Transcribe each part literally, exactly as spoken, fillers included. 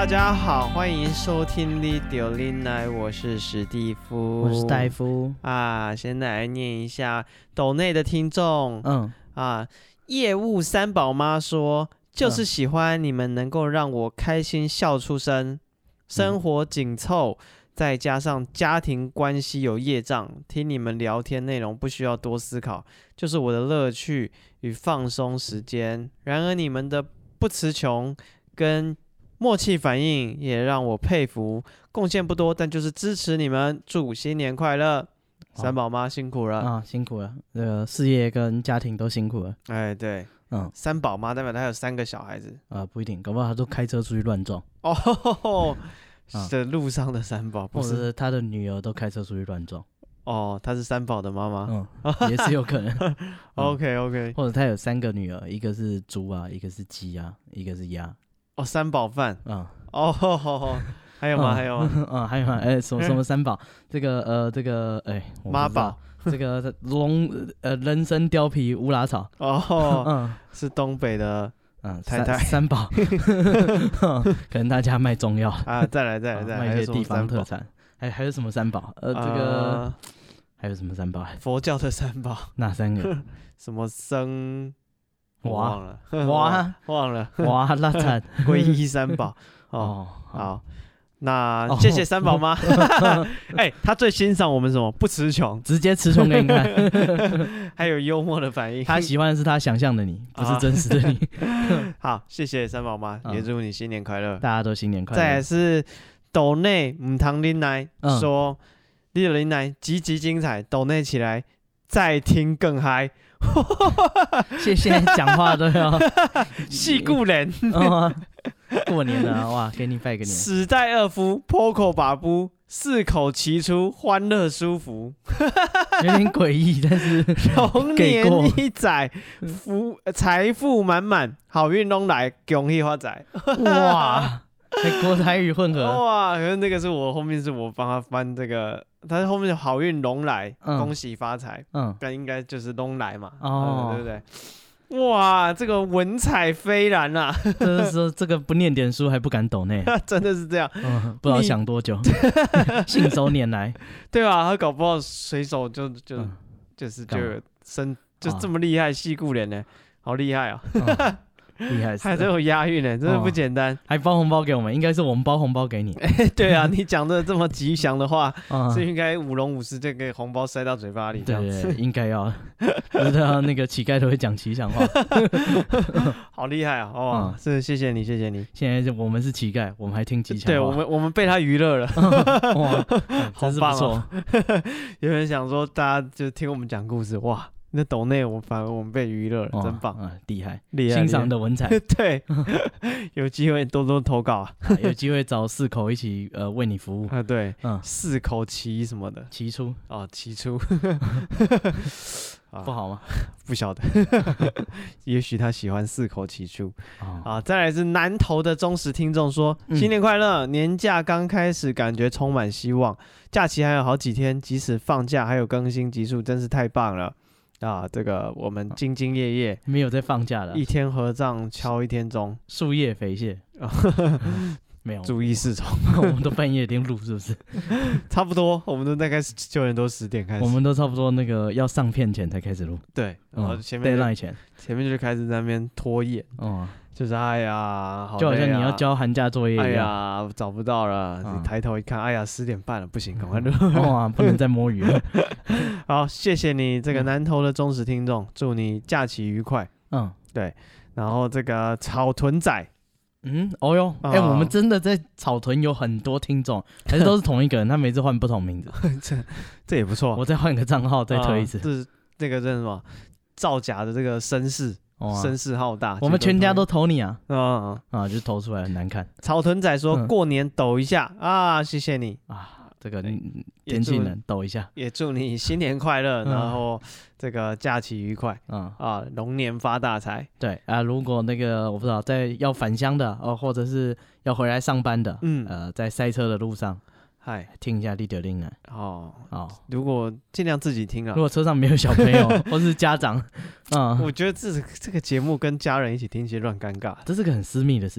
大家好，欢迎收听你丢林来，我是史蒂夫， 我是戴夫啊。先来念一下斗内的听众， 嗯啊，业务三宝妈说，就是喜欢你们能够让我开心笑出声，生活紧凑。再加上家庭关系有业障，听你们聊天内容不需要多思考，就是我的乐趣与放松时间。然而你们的不词穷跟默契反应也让我佩服，贡献不多，但就是支持你们。祝新年快乐！三宝妈辛苦了啊，辛苦了，这个事业跟家庭都辛苦了。 哎，对，嗯，三宝妈代表她有三个小孩子啊，不一定，搞不好她都开车出去乱撞哦。呵呵呵的路上的三宝，不是， 或者是他的女儿都开车出去乱撞。 哦，她是三宝的妈妈， 嗯，也是有可能。 OK OK， 或者他有三个女儿，一个是猪啊，一个是鸡啊，一个是鸭。 哦，三宝饭。 嗯， 哦，好好，还有吗？ 嗯、 还有吗？ 嗯，还有吗？哎，什么什么三宝？这个呃，这个哎， 妈宝， 这个龙呃人参貂皮乌拉草。 哦，嗯，是东北的。 嗯， 太太三宝，可能大家卖中药啊，再来再来再来， 卖一些地方特产，还还有什么三宝？呃，这个、呃、还有什么三宝？ 佛教的三宝哪三个？ 什么僧？我忘了， 哇， 忘了， 哇，拉惨， 皈依三宝。哦，好。那谢谢三宝妈，哎、欸，他最欣赏我们什么？不词穷， 直接词穷给你看， 还有幽默的反应。 他喜欢的是他想象的你，不是真实的你。 好，谢谢三宝妈，也祝你新年快乐， 大家都新年快乐。 再来是斗内母汤林来说，你的林来极其精彩，斗内起来再听更嗨。 谢谢，讲话都要戏故人。 过年了，哇，给你拜个年。 史代二夫 Poco 把布四口齐出，欢乐舒服， 有点诡异，但是龙年一载，福财富满满，好运拢来，恭喜发财。 哇，国台语混合。 哇，可是那个是我后面是我帮他翻这个，他后面好运龙来，嗯、恭喜发财，嗯，但应该就是龙来嘛，哦、嗯，对不对？哇，这个文采斐然啊！ 就是说这个不念点书还不敢抖内， 真的是这样， 嗯、不知道想多久，信手拈来。 对啊，他搞不好随手就就、嗯、就是就生就这么厉害，戏故人呢，好厉害啊！嗯厉害，还真有押韵呢，真的不简单、哦。 还包红包给我们，应该是我们包红包给你。 欸、对啊，你讲的这么吉祥的话，嗯、是应该舞龙舞狮这个红包塞到嘴巴里这样子。 对，应该要。不知道那个乞丐都会讲吉祥话， 好厉害啊！哦，嗯、是谢谢你，谢谢你。 现在我们是乞丐，我们还听吉祥话。 对我们，我们被他娱乐了， 哇，真是不错。 有人想说，大家就听我们讲故事，哇。那抖内我反而我们被娱乐了，哦、真棒， 厉、嗯、害， 厉害， 欣赏的文采， 对，有机会多多投稿啊， 啊有机会找四口一起呃为你服务啊，对，嗯，四口齐什么的， 齐出哦，齐出， 不好吗？ 不晓得，也许他喜欢四口齐出、哦、啊。再来是南投的忠实听众说，嗯、新年快乐，年假刚开始，感觉充满希望，假期还有好几天，即使放假还有更新集数，真是太棒了。啊，这个我们兢兢业业， 没有在放假的， 一天合账敲一天钟， 树叶肥蟹，嗯、没有注意事从， 我们都半夜点录是不是？ 差不多，我们都大概九点多十点开始， 我们都差不多那个要上片前才开始录， 对，然后前面 deadline 前， 前面就开始在那边拖延，哦。就是哎呀，好累啊， 就好像你要交寒假作业一样。 哎呀，找不到了，嗯、你抬头一看，哎呀，十点半了，不行，赶快录。 哇，不能再摸鱼了。 好，谢谢你这个南投的忠实听众，祝你假期愉快。嗯，对。然后这个草屯仔， 嗯，哦哟，哎、哦欸，我们真的在草屯有很多听众，还是都是同一个人，他每次换不同名字， 这这也不错。 我再换个账号再推一次。 这、哦、是那个叫什么造假的这个绅士。哦啊、声势浩大， 我们全家都投你啊！啊、 嗯、 啊，就投出来很难看。 草屯仔说、嗯、过年抖一下啊，谢谢你啊，这个天气冷抖一下， 也祝你新年快乐，嗯、然后这个假期愉快，嗯啊，龙年发大财。 对啊，如果那个我不知道在要返乡的哦，或者是要回来上班的，嗯呃，在塞车的路上。嗨，听一下你就听了哦哦，如果尽量自己听啊。 如果车上没有小朋友或是家长， 嗯，我觉得这这个节目跟家人一起听，其实乱尴尬。 这是个很私密的事情。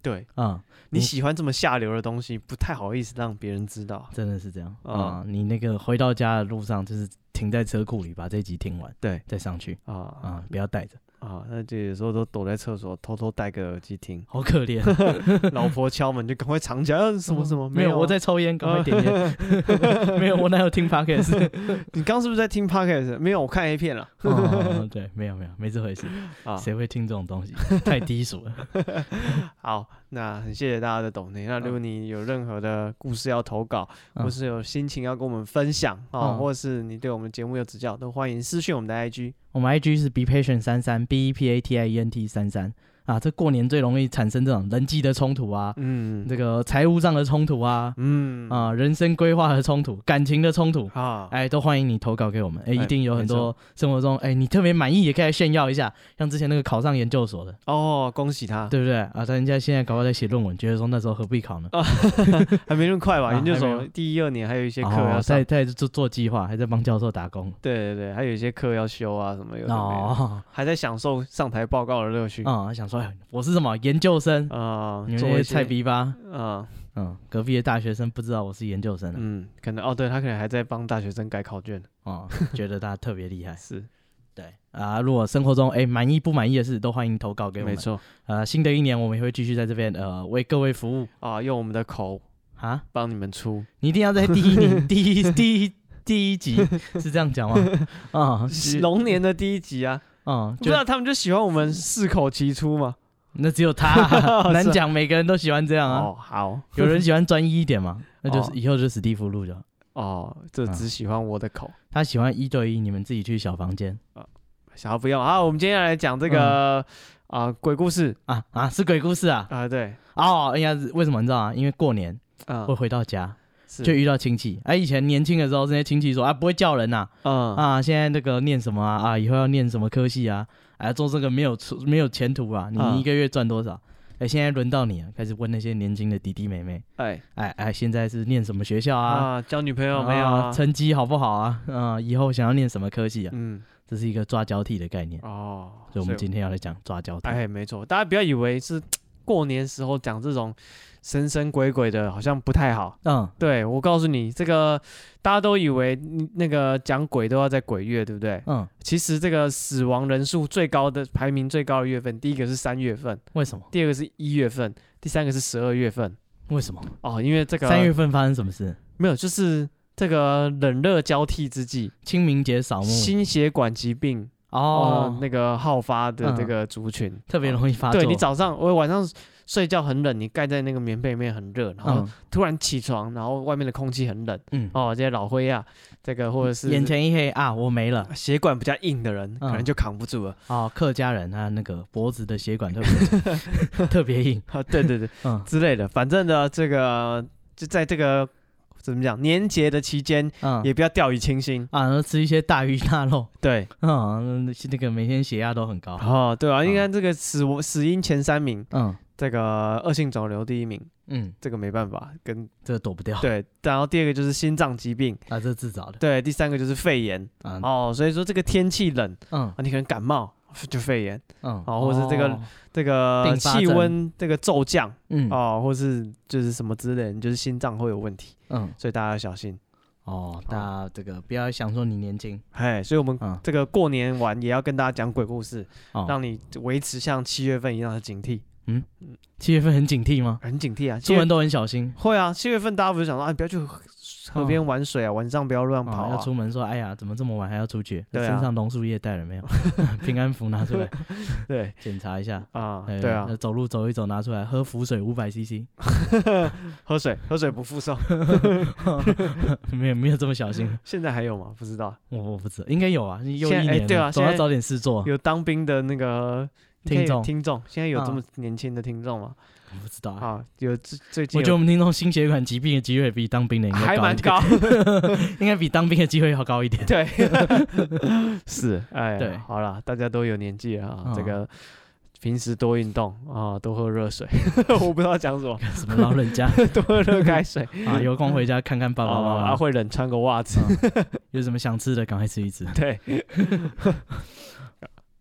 对，嗯，你喜欢这么下流的东西，不太好意思让别人知道， 真的是这样啊、嗯嗯。你那个回到家的路上，就是停在车库里，把这一集听完，对，再上去啊啊、嗯，不要带着。 啊，那就有时候都躲在厕所，偷偷戴个耳机听， 好可怜。 老婆敲门就赶快藏起来，什么什么、 嗯、没有，我在抽烟，赶快点烟。没有，我哪有听 podcast？ 你刚是不是在听 podcast？ 没有，我看 A 片了。 哦，对，没有没有，没这回事啊，谁会听这种东西？太低俗了。 好，那很谢谢大家的抖内。那如果你有任何的故事要投稿，嗯、或是有心情要跟我们分享啊、嗯，或是你对我们节目有指教，都欢迎私讯我们的 I G。 我们 I G 是 be patient 三三 B E P A T I E N T 三三啊，这过年最容易产生这种人际的冲突啊，嗯，这个财务上的冲突啊，嗯啊，人生规划的冲突，感情的冲突啊，哎，都欢迎你投稿给我们，哎，一定有很多生活中，哎，你特别满意也可以来炫耀一下，像之前那个考上研究所的， 哦，恭喜他， 对不对啊？人家现在搞不好在写论文，觉得说那时候何必考呢？ 啊、还没那么快吧？研究所第一二年还有一些课要上， 在在做做计划，还在帮教授打工， 对对对，还有一些课要修啊，什么有的没的，哦，还在享受上台报告的乐趣啊，想说，哎，我是什么？研究生啊，你们这些菜逼吧啊，嗯，隔壁的大学生不知道我是研究生、啊， 嗯，可能哦，对他可能还在帮大学生改考卷哦，觉得他特别厉害， 是， 对啊，如果生活中哎满意不满意的事，都欢迎投稿给我们， 没错， 呃，新的一年我们也会继续在这边呃为各位服务啊，用我们的口啊帮你们出， 你一定要在第一年第一第一第一集是这样讲吗？ 啊，龙年的第一集啊，嗯，不知道他们就喜欢我们四口齐出吗？ 那只有他、啊、难讲，每个人都喜欢这样啊。 哦，好， 有人喜欢专一一点嘛，那就是以后就是史蒂夫录就好。 哦，这只喜欢我的口、嗯， 他喜欢一对一，你们自己去小房间。 啊，小不用。好，我们接下来讲这个啊、嗯呃、鬼故事啊啊，是鬼故事啊啊，对。 哦，应该是为什么你知道啊？因为过年嗯会回到家。就遇到亲戚，哎、啊，以前年轻的时候，这些亲戚说啊，不会叫人呐、啊，嗯啊，现在那个念什么啊，啊，以后要念什么科系啊，哎，做这个没有没有前途啊，你一个月赚多少？哎、嗯，现在轮到你了，开始问那些年轻的弟弟妹妹，哎哎哎，现在是念什么学校啊？ 啊，交女朋友没有、啊啊？成绩好不好啊？啊，以后想要念什么科系啊？嗯，这是一个抓交替的概念哦，所以我们今天要来讲抓交替。 哎，没错，大家不要以为是过年时候讲这种神神鬼鬼的，好像不太好。嗯，对，我告诉你，这个大家都以为那个讲鬼都要在鬼月，对不对？嗯，其实这个死亡人数最高的排名最高的月份，第一个是三月份， 为什么？ 第二个是一月份，第三个是十二月份。 为什么？ 哦，因为这个三月份发生什么事？ 没有，就是这个冷热交替之际， 清明节扫墓， 心血管疾病。哦、呃，那个好发的这个族群、嗯、 特别容易发作。 对，你早上我晚上睡觉很冷，你盖在那个棉被里面很热，然后突然起床，然后外面的空气很冷，嗯，哦，这些老灰啊，这个或者是眼前一黑啊，我没了， 血管比较硬的人、嗯、可能就扛不住了。 哦，客家人他那个脖子的血管特别特别硬啊，对对对，嗯之类的，反正呢，这个就在这个。怎么讲？年节的期间，嗯，也不要掉以轻心啊，然后吃一些大鱼大肉， 对， 嗯，那个每天血压都很高。 哦，对啊，应该这个死死因前三名，嗯，这个恶性肿瘤第一名，嗯，这个没办法，跟这个躲不掉。 对，然后第二个就是心脏疾病啊，这是自找的。 对，第三个就是肺炎，嗯、哦，所以说这个天气冷，嗯，啊，你可能感冒。就肺炎，嗯，哦，或者是这个、哦、这个气温这个骤降，嗯，哦，或是就是什么之类的，就是心脏会有问题，嗯，所以大家要小心。 哦，大家这个不要想说你年轻， 哎，所以我们这个过年完也要跟大家讲鬼故事，嗯、让你维持像七月份一样的警惕。 嗯，七月份很警惕吗？ 很警惕啊， 出门都很小心。 会啊，七月份大家不是想说啊，不要去河边玩水啊，哦、晚上不要乱跑、啊哦。要出门说，哎呀，怎么这么晚还要出去？对、啊、身上榕树叶带了没有？平安符拿出来， 对， 检查一下啊。 对啊， 走路走一走拿出来，喝符水五百 C C， 喝水喝水不附送。 没有没有这么小心。 现在还有吗？不知道， 我我不知道，应该有啊。又一年了， 哎、对啊， 总要找点事做。 有当兵的那个。 听众， 听众，现在有这么年轻的听众吗？ 我不知道啊。有最近， 我觉得我们听众心血管疾病的机会比当兵的应该还蛮高， 应该比当兵的机会要高一点。 对，是，哎，对，好了，大家都有年纪了啊，嗯、这个平时多运动啊，多喝热水。我不知道讲什么， 什么老人家多喝热开水啊，有空回家看看爸爸妈妈， 啊，会冷穿个袜子， 嗯、有什么想吃的赶快吃一吃。 对，啊。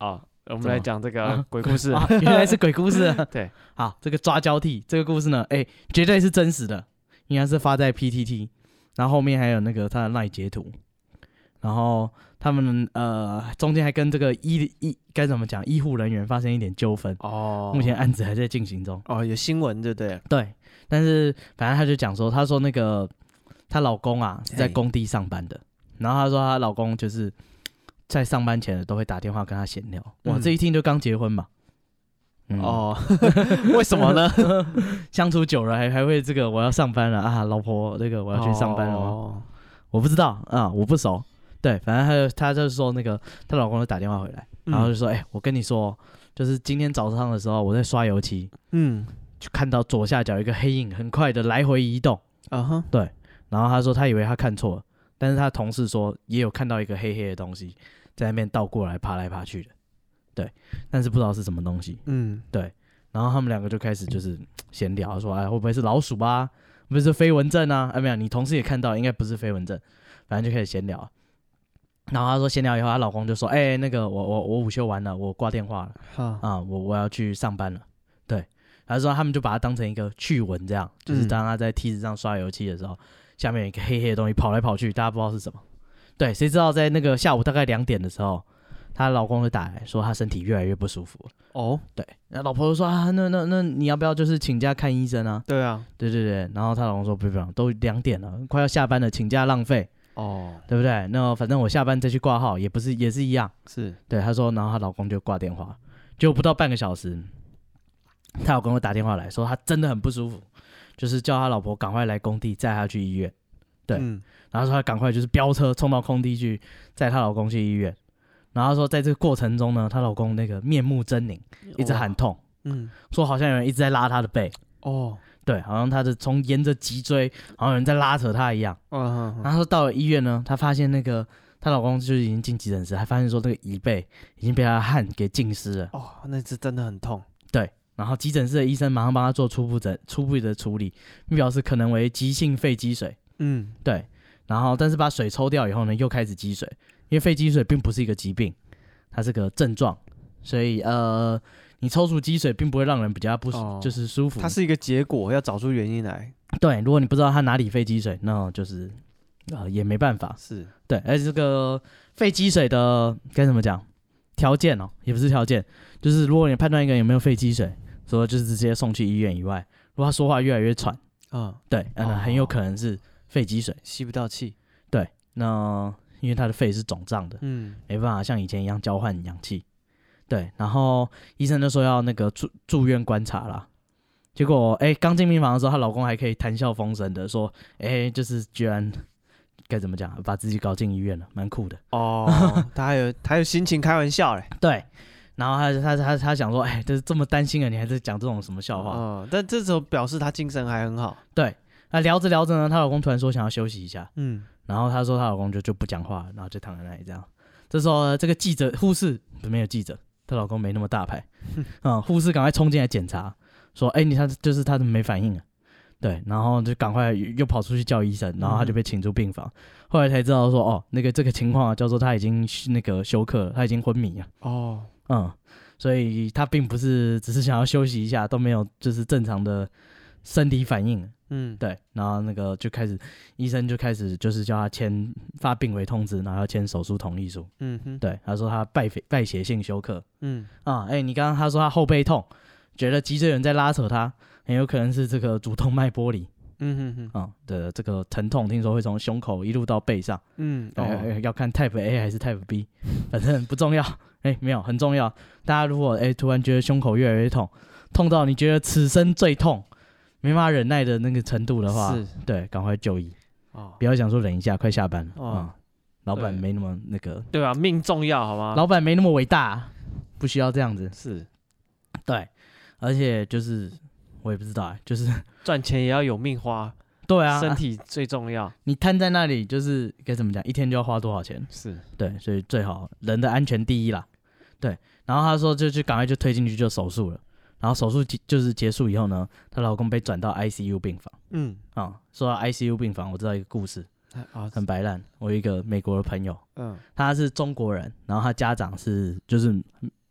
我们来讲这个鬼故事， 啊、原来是鬼故事、啊。 对， 好，这个抓交替这个故事呢，哎，绝对是真实的，应该是发在 P T T， 然后后面还有那个他的 LINE 截图，然后他们呃中间还跟这个医医该怎么讲医护人员发生一点纠纷哦，目前案子还在进行中哦，有新闻对不对？ 对，但是反正他就讲说，他说那个她老公啊是在工地上班的，然后她说她老公就是在上班前都会打电话跟她闲聊，哇，嗯、这一听就刚结婚嘛。嗯、哦， 为什么呢？ 相处久了还还会这个我要上班了啊，老婆那个我要去上班了吗？哦、我不知道啊，我不熟。对，反正他就他就是说那个她老公就打电话回来，然后就说，哎、嗯欸，我跟你说，就是今天早上的时候我在刷油漆，嗯，就看到左下角有一个黑影很快的来回移动，啊哈，对，然后他说他以为他看错了，但是他同事说也有看到一个黑黑的东西在那边倒过来爬来爬去的。对，但是不知道是什么东西。嗯，对，然后他们两个就开始就是闲聊，说哎会不会是老鼠啊？会不会是飞蚊症啊？哎没有，你同事也看到，应该不是飞蚊症，反正就开始闲聊。然后他说闲聊以后，她老公就说，哎、欸、那个我我我午休完了，我挂电话了，啊、嗯、我我要去上班了。对，他说他们就把它当成一个趣闻这样，就是当他在梯子上刷油漆的时候，嗯、下面有一个黑黑的东西跑来跑去，大家不知道是什么。对，谁知道在那个下午大概两点的时候。她老公就打来说，她身体越来越不舒服了。哦，对，那老婆就说啊，那那那你要不要就是请假看医生啊？ 对啊， 对对对。然后她老公说不用，都两点了，快要下班了，请假浪费。哦，对不对？那反正我下班再去挂号也不是也是一样。 是， 对，她说，然后她老公就挂电话，结果不到半个小时，她老公就打电话来说，他真的很不舒服，就是叫他老婆赶快来工地载他去医院。对，嗯、然后说他赶快就是飙车冲到工地去载她老公去医院。然后说，在这个过程中呢，她老公那个面目狰狞，一直喊痛，嗯，说好像有人一直在拉她的背，哦，对，好像她的从沿着脊椎，好像有人在拉扯她一样。哦，然后说到了医院呢，她发现那个她老公就已经进急诊室，还发现说这个椅背已经被她的汗给浸湿了。 哦，那是真的很痛。 对，然后急诊室的医生马上帮她做初步诊初步的处理，表示可能为急性肺积水。嗯，对，然后但是把水抽掉以后呢，又开始积水。因为肺积水并不是一个疾病，它是个症状，所以呃，你抽出积水并不会让人比较不、哦、就是舒服。 它是一个结果，要找出原因来。 对，如果你不知道它哪里肺积水，那就是呃也没办法。 是， 对，而且这个肺积水的该怎么讲？条件哦，也不是条件，就是如果你判断一个人有没有肺积水，说就是直接送去医院以外，如果他说话越来越喘，嗯，对，那、哦、很有可能是肺积水， 吸不到气。 对，那。因为他的肺是肿胀的，嗯，没办法像以前一样交换氧气，对，然后医生就说要那个住住院观察啦，结果哎，刚进病房的时候，她老公还可以谈笑风生的说，哎，就是居然该怎么讲，把自己搞进医院了，蛮酷的哦，他还有他有心情开玩笑嘞， 对，然后他他他他想说，哎，就是这么担心了，你还在讲这种什么笑话？ 哦，但这时候表示他精神还很好， 对，那聊着聊着呢，她老公突然说想要休息一下，嗯。然后她说她老公就就不讲话，然后就躺在那里这样。这时候呢，这个记者护士没有记者，她老公没那么大牌，嗯，护士赶快冲进来检查，说：“哎，你他就是他怎么没反应啊？”对，然后就赶快又跑出去叫医生，然后他就被请出病房。嗯、后来才知道说，哦，那个这个情况啊，叫做他已经那个休克了，他已经昏迷了。哦，嗯，所以他并不是只是想要休息一下，都没有就是正常的身体反应。嗯，对，然后那个就开始，医生就开始就是叫他签发病危通知，然后要签手术同意书。嗯哼，对，他说他败败血性休克。嗯啊，哎、欸，你刚刚他说他后背痛，觉得脊椎有人在拉扯他，很有可能是这个主动脉剥离。嗯哼哼，啊的这个疼痛，听说会从胸口一路到背上。嗯，哦、欸，要看 Type A 还是 Type B， 反正不重要。哎、欸，没有很重要。大家如果哎、欸、突然觉得胸口越来越痛，痛到你觉得此生最痛。没办法忍耐的那个程度的话，是对，赶快就医、哦、不要想说忍一下，快下班了、哦嗯、老板没那么那个， 对吧？命重要，好吗？ 老板没那么伟大，不需要这样子。 是， 对，而且就是我也不知道，就是赚钱也要有命花。 对啊， 身体最重要。 你瘫在那里，就是该怎么讲，一天就要花多少钱？ 是对，所以最好人的安全第一啦。对，然后他说就就赶快就推进去就手术了。然后手术就是结束以后呢，她老公被转到 I C U 病房。嗯，啊、嗯，说到 I C U 病房，我知道一个故事，啊、很白烂。我有一个美国的朋友，嗯，他是中国人，然后他家长是就是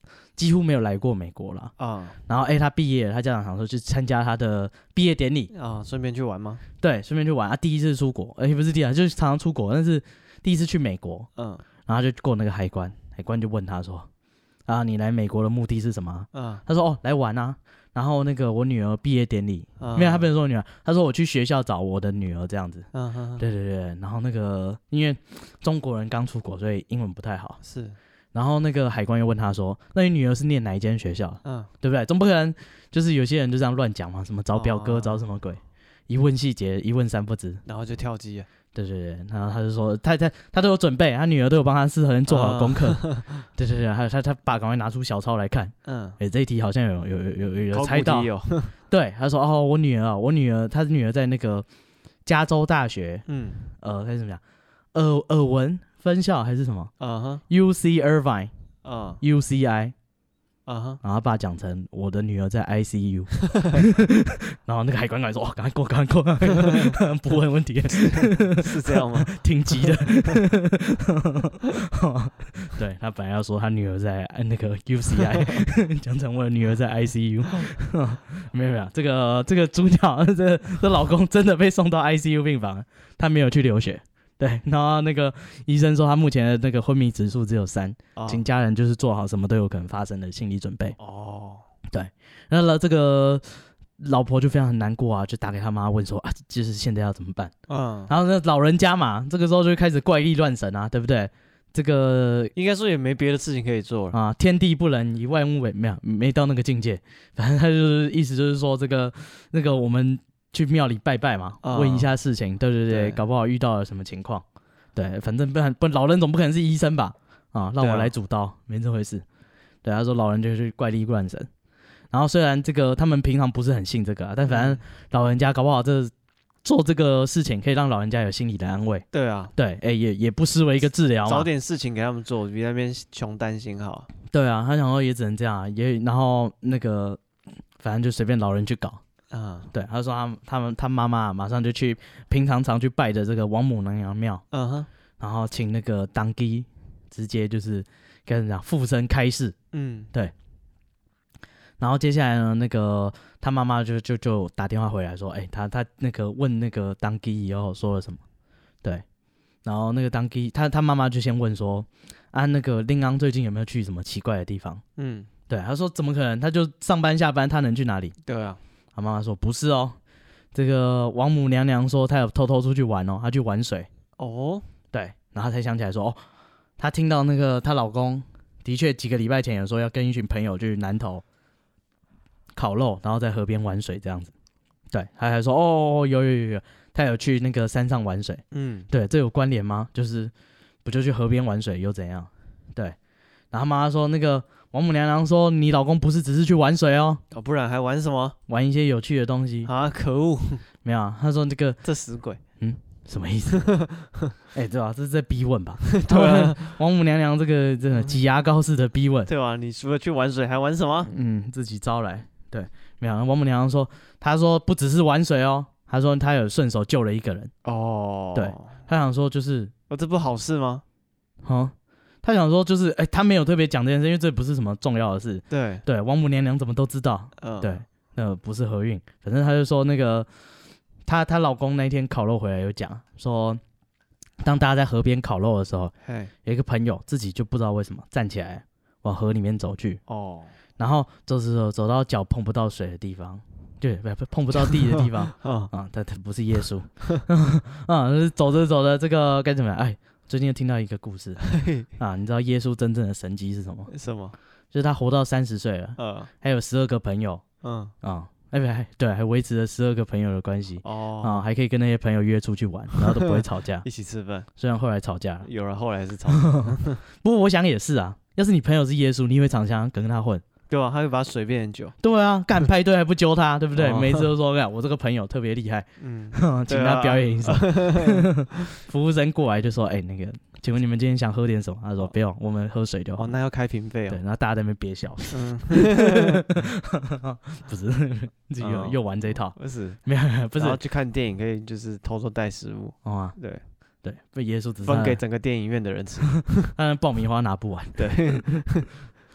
几乎没有来过美国啦。啊、嗯，然后哎，他毕业了，他家长想说去参加他的毕业典礼啊，顺、哦、便去玩吗？ 对，顺便去玩啊，第一次出国，哎，不是第二次，就是常常出国，但是第一次去美国，嗯，然后就过那个海关，海关就问他说，啊，你来美国的目的是什么？嗯，他说哦，来玩啊。然后那个我女儿毕业典礼，嗯、没有，他不能说我女儿，他说我去学校找我的女儿这样子。嗯哼，对对对。然后那个因为中国人刚出国，所以英文不太好。 是。 然后那个海关又问他说：“那你女儿是念哪一间学校？嗯，对不对？总不可能就是有些人就这样乱讲嘛，什么找表哥、哦、找什么鬼，一问细节，一问三不知， 然后就跳机了。 对对对，然后他就說他他他都有準備，他女兒都有幫他事先做好功課。哦、對對對，他他他爸趕快拿出小抄來看。嗯，哎，這一題好像有有有有有猜到。哦、對，他說哦，我女兒啊，我女兒，他女兒在那個加州大學，嗯，呃，該怎麼講？耳耳文分校還是什麼？嗯哼 ，U C Irvine， 嗯 ，U C I。Uh-huh. 然後他爸講成我的女兒在 I C U， 然後那個海關官說：“哦，趕快過，趕快過，不問問題。” 是這樣嗎？ 挺急的。對，他本來要說他女兒在那個 U C I， 講成我的女兒在 I C U。沒有沒有，這個這個主角這這老公真的被送到 I C U 病房，他沒有去留學。對，然後那個醫生說他目前的那個昏迷指數只有三，哦、請家人就是做好什麼都有可能發生的心理準備。哦，對，然後這個老婆就非常很難過啊，就打給他媽問說啊，就是現在要怎麼辦？嗯，然後那老人家嘛，這個時候就開始怪力亂神啊，對不對？這個應該說也沒別的事情可以做了啊，天地不仁，以萬物為沒有沒到那個境界，反正他就是意思就是說這個那個我們。去廟裡拜拜嘛，哦、問一下事情，對對對，對搞不好遇到了什麼情況，對，反正不然不老人總不可能是醫生吧，啊，讓我來主刀，啊、沒這回事。對，他說老人就是怪力亂神，然後雖然這個他們平常不是很信這個、啊，但反正老人家搞不好這做這個事情可以讓老人家有心理的安慰。 對啊， 對，哎也也不失為一個治療嘛， 找點事情給他們做，比那邊窮擔心好。 對啊，他想說也只能這樣、啊，也然後那個反正就隨便老人去搞。嗯，對，他說他他們他媽媽馬上就去平常常去拜的這個王母娘娘廟，嗯哼，然後請那個當機直接就是跟人講附身開示，嗯，對，然後接下來呢，那個他媽媽就就就打電話回來說，哎，他他那個問那個當機以後說了什麼，對，然後那個當機他他媽媽就先問說，啊，那個令昂最近有沒有去什麼奇怪的地方？嗯，對，他說怎麼可能，他就上班下班，他能去哪裡？ 對啊。 他媽媽說不是哦，這個王母娘娘說她有偷偷出去玩哦，她去玩水哦，對，然後她才想起來說哦，她聽到那個她老公的確幾個禮拜前有說要跟一群朋友去南投烤肉，然後在河邊玩水這樣子，對，她還說哦有有有有，她有去那個山上玩水，嗯，對，這有關聯嗎？就是不就去河邊玩水又怎樣？對，然後媽媽說那個。王母娘娘說：“你老公不是只是去玩水哦， 哦不然還玩什麼？ 玩一些有趣的東西啊！可惡， 沒有啊。他說這個這死鬼， 嗯，什麼意思？哎、欸，對吧、啊？這是在逼問吧？對啊，王母娘娘這個真的擠牙膏式的逼問， 對吧、啊？你除了去玩水還玩什麼？ 嗯，自己招來。對，沒有。王母娘娘說，她說不只是玩水哦，她說她有順手救了一個人哦。對，她想說就是， 哦，這不好事嗎？ 啊。”他想說，就是哎，他沒有特別講這件事，因為這不是什麼重要的事。對對，王母娘娘怎麼都知道？嗯，對，那個、不是合運。反正他就說，那個她她老公那天烤肉回來有講說，當大家在河邊烤肉的時候，有一個朋友自己就不知道為什麼站起來往河裡面走去。哦，然後走走走走到腳碰不到水的地方，對，不碰不到地的地方。哦、啊，他他不是耶穌。啊，走着走着，這個該怎麼樣？哎。最近又聽到一個故事啊，你知道耶穌真正的神蹟是什麼？ 什麼？ 就是他活到三十歲了，嗯，還有十二個朋友，嗯啊，哎不對，還維持了十二個朋友的關係，哦啊，還可以跟那些朋友約出去玩，然後都不會吵架， 一起吃飯。 雖然後來吵架了， 有人後來是吵架， 不過我想也是啊，要是你朋友是耶穌，你會常常跟他混。 對啊，他會把水變很久。 對啊，幹派對還不揪他，對不對？哦、每次都說，我這個朋友特別厲害，嗯，請他表演一首。啊、服務生過來就說，哎、欸，那個，請問你們今天想喝點什麼？他說、哦、不用，我們喝水就好。 哦，那要開瓶費哦。 對，然後大家在那邊憋笑。嗯，不是，自己又、哦、又玩這一套。 不是， 沒有，不是。 然後去看電影可以就是偷偷帶食物。哦、啊，對對，被耶穌只是分給整個電影院的人吃。 但爆米花拿不完。 對。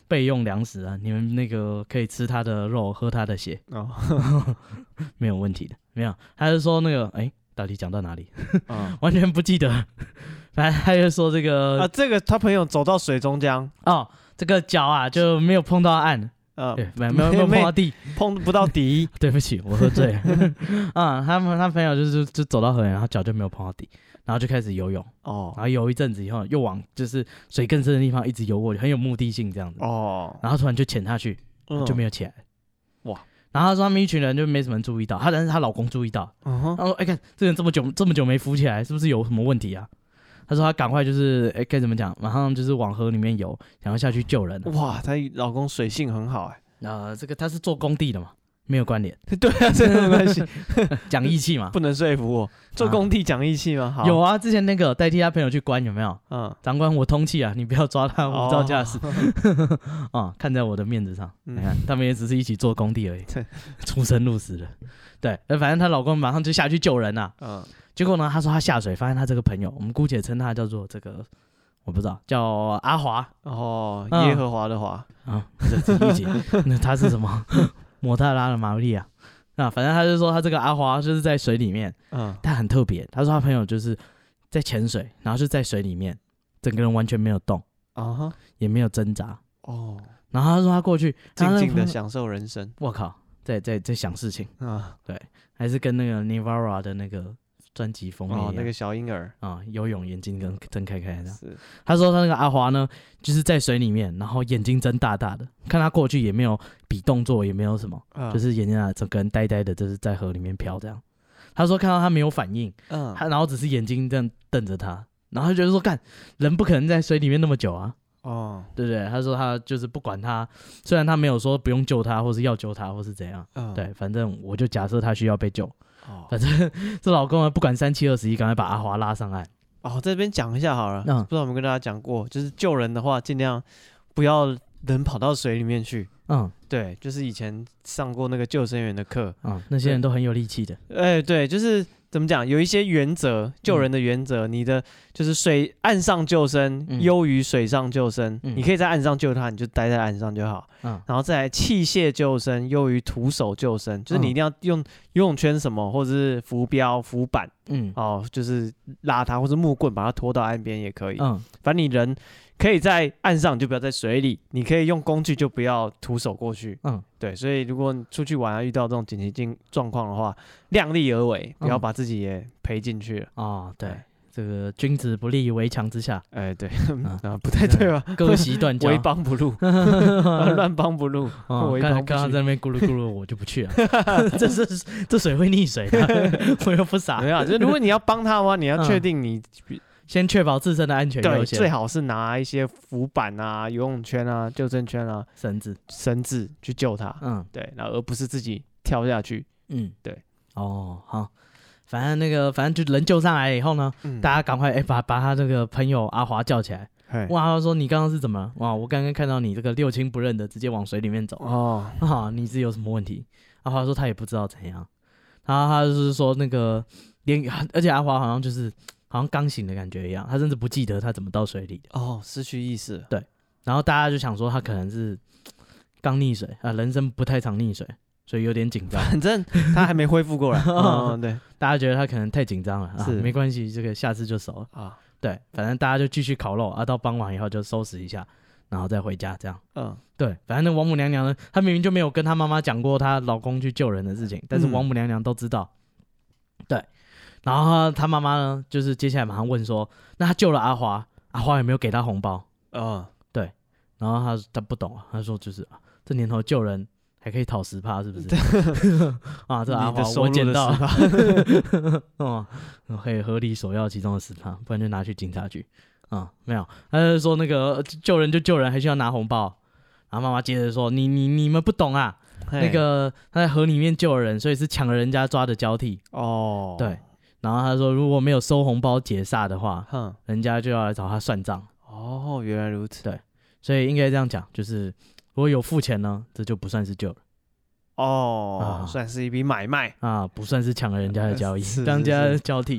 备用粮食啊，你们那个可以吃他的肉，喝他的血，哦，没有问题的，没有。他就说那个，哎、欸，到底讲到哪里？哦、完全不记得。反正他就说这个啊，这个他朋友走到水中江， 哦，这个脚啊就没有碰到岸。呃，没有没有没有碰到地， 碰不到底。 对不起，我喝醉了。啊、嗯，他们他朋友就是就走到河里，然后脚就没有碰到底，然后就开始游泳。哦，然后游一阵子以后，又往就是水更深的地方一直游过去，很有目的性这样子。哦，然后突然就潜下去，嗯、就没有起来。哇！然后他说他们一群人就没什么人注意到，他但是她老公注意到。嗯哼，他说：“哎、欸，看这人这么久这么久没浮起来，是不是有什么问题啊？”他说他赶快就是哎该怎么讲，马上就是往河里面游，想要下去救人。 哇，她老公水性很好哎、 欸。呃，这个他是做工地的嘛，没有关联。 对啊，这没有关系， 讲义气嘛， 不能说服我。做工地讲义气吗？好， 有啊，之前那个代替他朋友去关有没有？嗯，长官我通气啊，你不要抓他无照驾驶。啊、哦，看在我的面子上，你看、嗯、他们也只是一起做工地而已，出生入死的。对，反正她老公马上就下去救人啊。嗯。结果呢？他说他下水，发现他这个朋友，我们姑且称他叫做这个，我不知道，叫阿华哦，嗯、耶和华的华啊，这是一集。那他是什么？摩泰拉的玛利亚啊，反正他就说他这个阿华就是在水里面，嗯，他很特别。他说他朋友就是在潜水，然后就在水里面，整个人完全没有动啊，也没有挣扎哦。然后他说他过去静静的享受人生。 我靠，在在在想事情啊，对，还是跟那个 Nirvana 的那个。专辑封面、 哦，那个小婴儿啊、嗯，游泳眼睛跟睁开开的。他说他那个阿华呢，就是在水里面，然后眼睛睁大大的，看他过去也没有比动作，也没有什么，嗯、就是眼睛啊整个人呆呆的，就是在河里面飘这样。他说看到他没有反应，嗯，他然后只是眼睛这样瞪着他，然后他觉得说干人不可能在水里面那么久啊，哦，对不对？他说他就是不管他，虽然他没有说不用救他，或是要救他，或是怎样，嗯、对，反正我就假设他需要被救。哦、反正这老公呢，不管三七二十一，赶快把阿华拉上岸。 哦，这边讲一下好了，嗯、不知道有没有跟大家讲过，就是救人的话，尽量不要人跑到水里面去。嗯，对，就是以前上过那个救生员的课， 嗯，那些人都很有力气的。 哎，对，就是怎么讲，有一些原则，救人的原则，嗯、你的就是水岸上救生优于水上救生，嗯、你可以在岸上救他，你就待在岸上就好。嗯，然后再来器械救生优于徒手救生，就是你一定要用游泳圈什么，或者是浮标、浮板，嗯，哦，就是拉它，或者木棍把它拖到岸边也可以。嗯，反正你人可以在岸上，就不要在水里；你可以用工具，就不要徒手过去。嗯，对，所以如果你出去玩啊，遇到这种紧急境状况的话，量力而为，不要把自己也赔进去了。 嗯、哦，对。这个君子不立围墙之下， 哎，对，啊，不太对吧？ 割席断交， 为邦不入，乱邦不入。 哦，刚刚在那边咕噜咕噜，我就不去了。这是这水会溺水的，我又不傻。 没有，就如果你要帮他的话，你要确定你先确保自身的安全优先， 最好是拿一些浮板啊、游泳圈啊、救生圈啊、 绳子、 绳子去救他。嗯，对，然后而不是自己跳下去。嗯，对。 哦，好。反正那个，反正就人救上来以后呢，嗯、大家赶快哎、欸、把把他这个朋友阿华叫起来。哇，他说你刚刚是怎么？哇，我刚刚看到你这个六亲不认的，直接往水里面走。哦，啊，你是有什么问题？阿华说他也不知道怎样。然后他就是说那个连，而且阿华好像就是好像刚醒的感觉一样，他甚至不记得他怎么到水里的。 哦，失去意识。 对，然后大家就想说他可能是刚溺水啊，人生不太常溺水。所以有点紧张， 反正他还没恢复过来。哦，对， 大家觉得他可能太紧张了，是、啊、没关系，这个下次就熟了啊。对，反正大家就继续烤肉啊，到傍晚以后就收拾一下，然后再回家这样。嗯，对，反正那王母娘娘呢，她明明就没有跟她妈妈讲过她老公去救人的事情，但是王母娘娘都知道。嗯、对，然后她妈妈呢，就是接下来马上问说，那她救了阿华，阿华有没有给她红包？嗯，对，然后她她不懂啊，她说就是啊，这年头救人。还可以讨十趴，是不是？啊，这阿华我捡到了，哦，可以合理索要其中的十趴，不然就拿去警察局。啊、嗯，没有，他就说那个救人就救人，还需要拿红包。然后妈妈接着说：“你你你们不懂啊，那个他在河里面救了人，所以是抢了人家抓的交替。哦，对。然后他说，如果没有收红包解煞的话，哼，人家就要来找他算账。 哦，原来如此。 对，所以应该这样讲，就是。”如果有付钱呢，这就不算是救了。 哦、啊，算是一笔买卖啊，不算是抢了人家的交易，当家交替。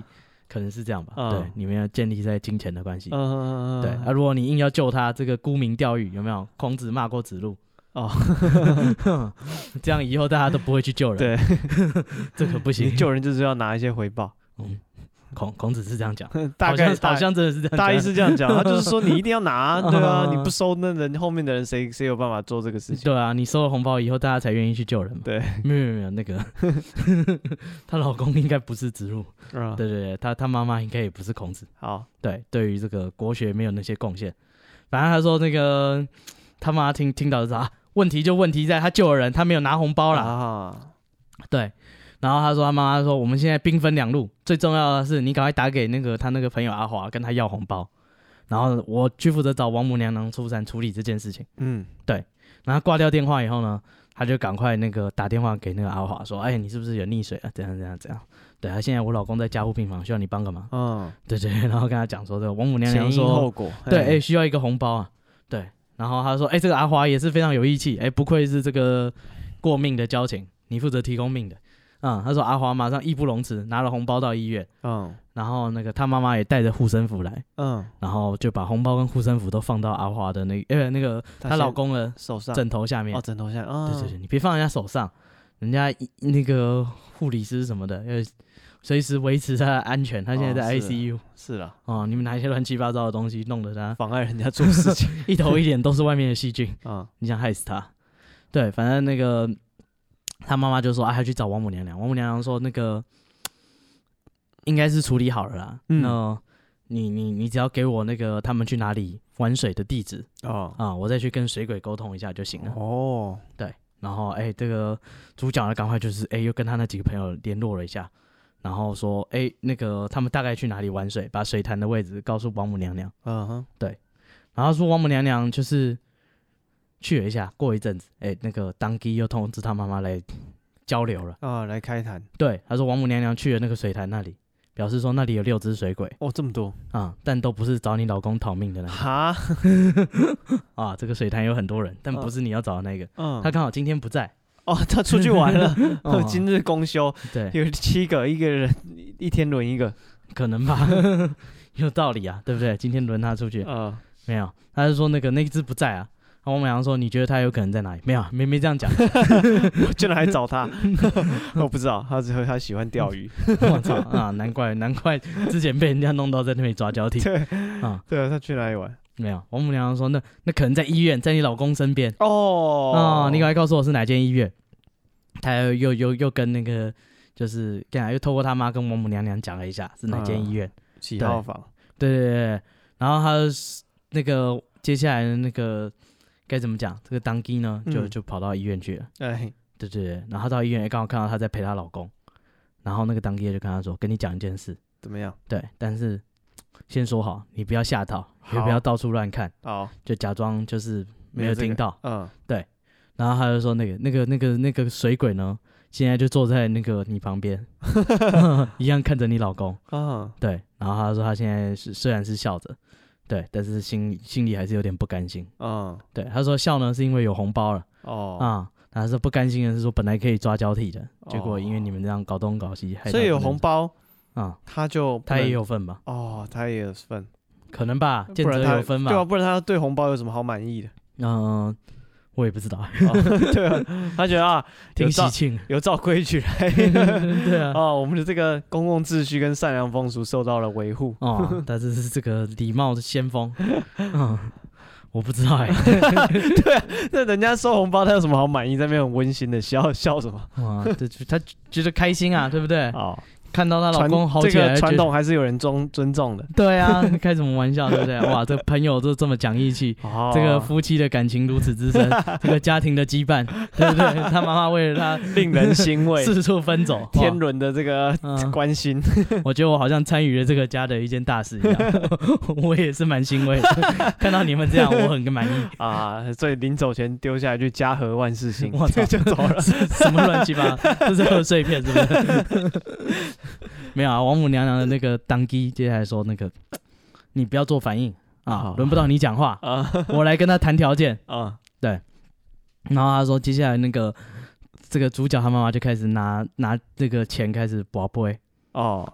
可能是这样吧。嗯、对，你们要建立在金钱的关系。 嗯嗯嗯。 对啊，如果你硬要救他，这个沽名钓誉有没有？孔子骂过子路。哦，这样以后大家都不会去救人。 对， 这可不行。 救人就是要拿一些回报。 嗯，孔孔子是这样讲， 大概好像, 好像真的是这样讲， 大意是这样讲，他就是说你一定要拿，对啊，你不收那人后面的人谁谁有办法做这个事情？ 对啊，你收了红包以后，大家才愿意去救人嘛。 对， 没有没有那个，她老公应该不是子路，嗯、对对对，他他妈妈应该也不是孔子。 好， 对，对于这个国学没有那些贡献。反正他说那个他妈听听到的是啊。问题就问题在他救了人，他没有拿红包啦。啊、对，然后他说他妈妈说我们现在兵分两路，最重要的是你赶快打给那个他那个朋友阿华，跟他要红包，然后我去负责找王母娘娘出山处理这件事情。嗯，对。然后挂掉电话以后呢，他就赶快那个打电话给那个阿华说，哎，你是不是有溺水啊？怎样怎样怎样？对啊，现在我老公在加护病房，需要你帮个忙。嗯，对对，然后跟他讲说这个王母娘娘说， 前因后果， 对，哎，需要一个红包啊，对。然后他说：“哎、欸，这个阿华也是非常有义气，哎、欸，不愧是这个过命的交情，你负责提供命的。”嗯，他说阿华马上义不容辞，拿了红包到医院。嗯，然后那个他妈妈也带着护身符来。嗯，然后就把红包跟护身符都放到阿华的那个，呃，那个她老公的手上枕头下面。 哦，枕头下。哦， 对对对，你别放人家手上，人家那个护理师什么的，要随时维持他的安全。他现在在 I C U。哦是啦， 哦，你们拿一些乱七八糟的东西弄得他妨碍人家做事情， 一头一脸都是外面的细菌，嗯，你想害死他？对，反正那个他妈妈就说啊，他去找王母娘娘。王母娘娘说那个应该是处理好了啦，嗯、那你你你只要给我那个他们去哪里玩水的地址哦，啊，我再去跟水鬼沟通一下就行了。哦，对，然后哎、欸，这个主角呢，赶快就是哎、欸，又跟他那几个朋友联络了一下。然后说，哎、欸，那个他们大概去哪里玩水，把水潭的位置告诉王母娘娘。嗯哼，对。然后说王母娘娘就是去了一下，过一阵子，哎、欸，那个当机又通知他妈妈来交流了。 啊、哦，来开坛。 对，他说王母娘娘去了那个水潭那里，表示说那里有六只水鬼。 哦，这么多啊、嗯！但都不是找你老公讨命的那个。哈。啊，这个水潭有很多人，但不是你要找的那个。嗯。他刚好今天不在。 哦，他出去玩了，哦、今日公休， 对， 有七个，一个人一天轮一个， 可能吧，有道理啊，对不对？今天轮他出去，嗯、呃，没有，他是说那个那只不在啊。然后我们俩说，你觉得他有可能在哪里？没有，没没这样讲， 我居然还找他，我不知道，他只会他喜欢钓鱼， 我操啊，难怪难怪之前被人家弄到在那边抓交替， 对，啊，对啊，他去哪里玩？ 没有，王母娘娘说那那可能在医院，在你老公身边哦啊，你赶快告诉我是哪间医院。他又又又又跟那个就是干又透过他妈跟王母娘娘讲了一下是哪间医院， 几、嗯、号房？ 对对 对, 对，然后他那个接下来的那个该怎么讲？这个当机呢就、嗯、就跑到医院去了。哎，对对对，然后到医院也刚好看到他在陪她老公，然后那个当机就跟他说：“跟你讲一件事， 怎么样？ 对，但是。”先说好，你不要吓到，也不要到处乱看，好，就假装就是没有听到，这個、嗯，对。然后他就说那个那个那个那个水鬼呢，现在就坐在那个你旁边，一样看着你老公，嗯，对。然后他说他现在是虽然是笑着，对，但是心心里还是有点不甘心，嗯，对。他说笑呢是因为有红包了，哦，啊、嗯，他说不甘心的是说本来可以抓交替的，哦、结果因为你们这样搞东搞西， 所以有红包。啊、嗯，他就他也有份吧？ 哦，他也有份， 可能吧，见者有分吧。 对啊，不然他对红包有什么好满意的？ 嗯、呃，我也不知道。 哦、对啊，他觉得啊， 挺喜庆， 有照规矩来。 对啊， 哦，我们的这个公共秩序跟善良风俗受到了维护。 哦，但是是这个礼貌的先锋。嗯。我不知道哎、 欸，对啊，那人家收红包，他有什么好满意？在那边很温馨的笑笑什么？ 哇，对，他觉得开心啊，对不对？哦，看到她老公好起来， 这个传统还是有人尊尊重的。 对啊，开什么玩笑，对不对？哇，这朋友都这么讲义气，哦、这个夫妻的感情如此之深，这个家庭的羁绊，对不对？他妈妈为了他令人欣慰， 四处奔走， 天伦的这个关心、 嗯，我觉得我好像参与了这个家的一件大事一样，我也是蛮欣慰的。看到你们这样，我很满意啊！所以临走前丢下一句“家和万事兴”， 我操， 就走了。 什么乱七八糟？这是贺岁片是不是？没有啊，王母娘娘的那个当机接下来说那个，你不要做反应啊，轮不到你讲话啊，我来跟他谈条件啊，对。然后他说接下来那个这个主角他妈妈就开始拿拿这个钱开始博杯哦，对，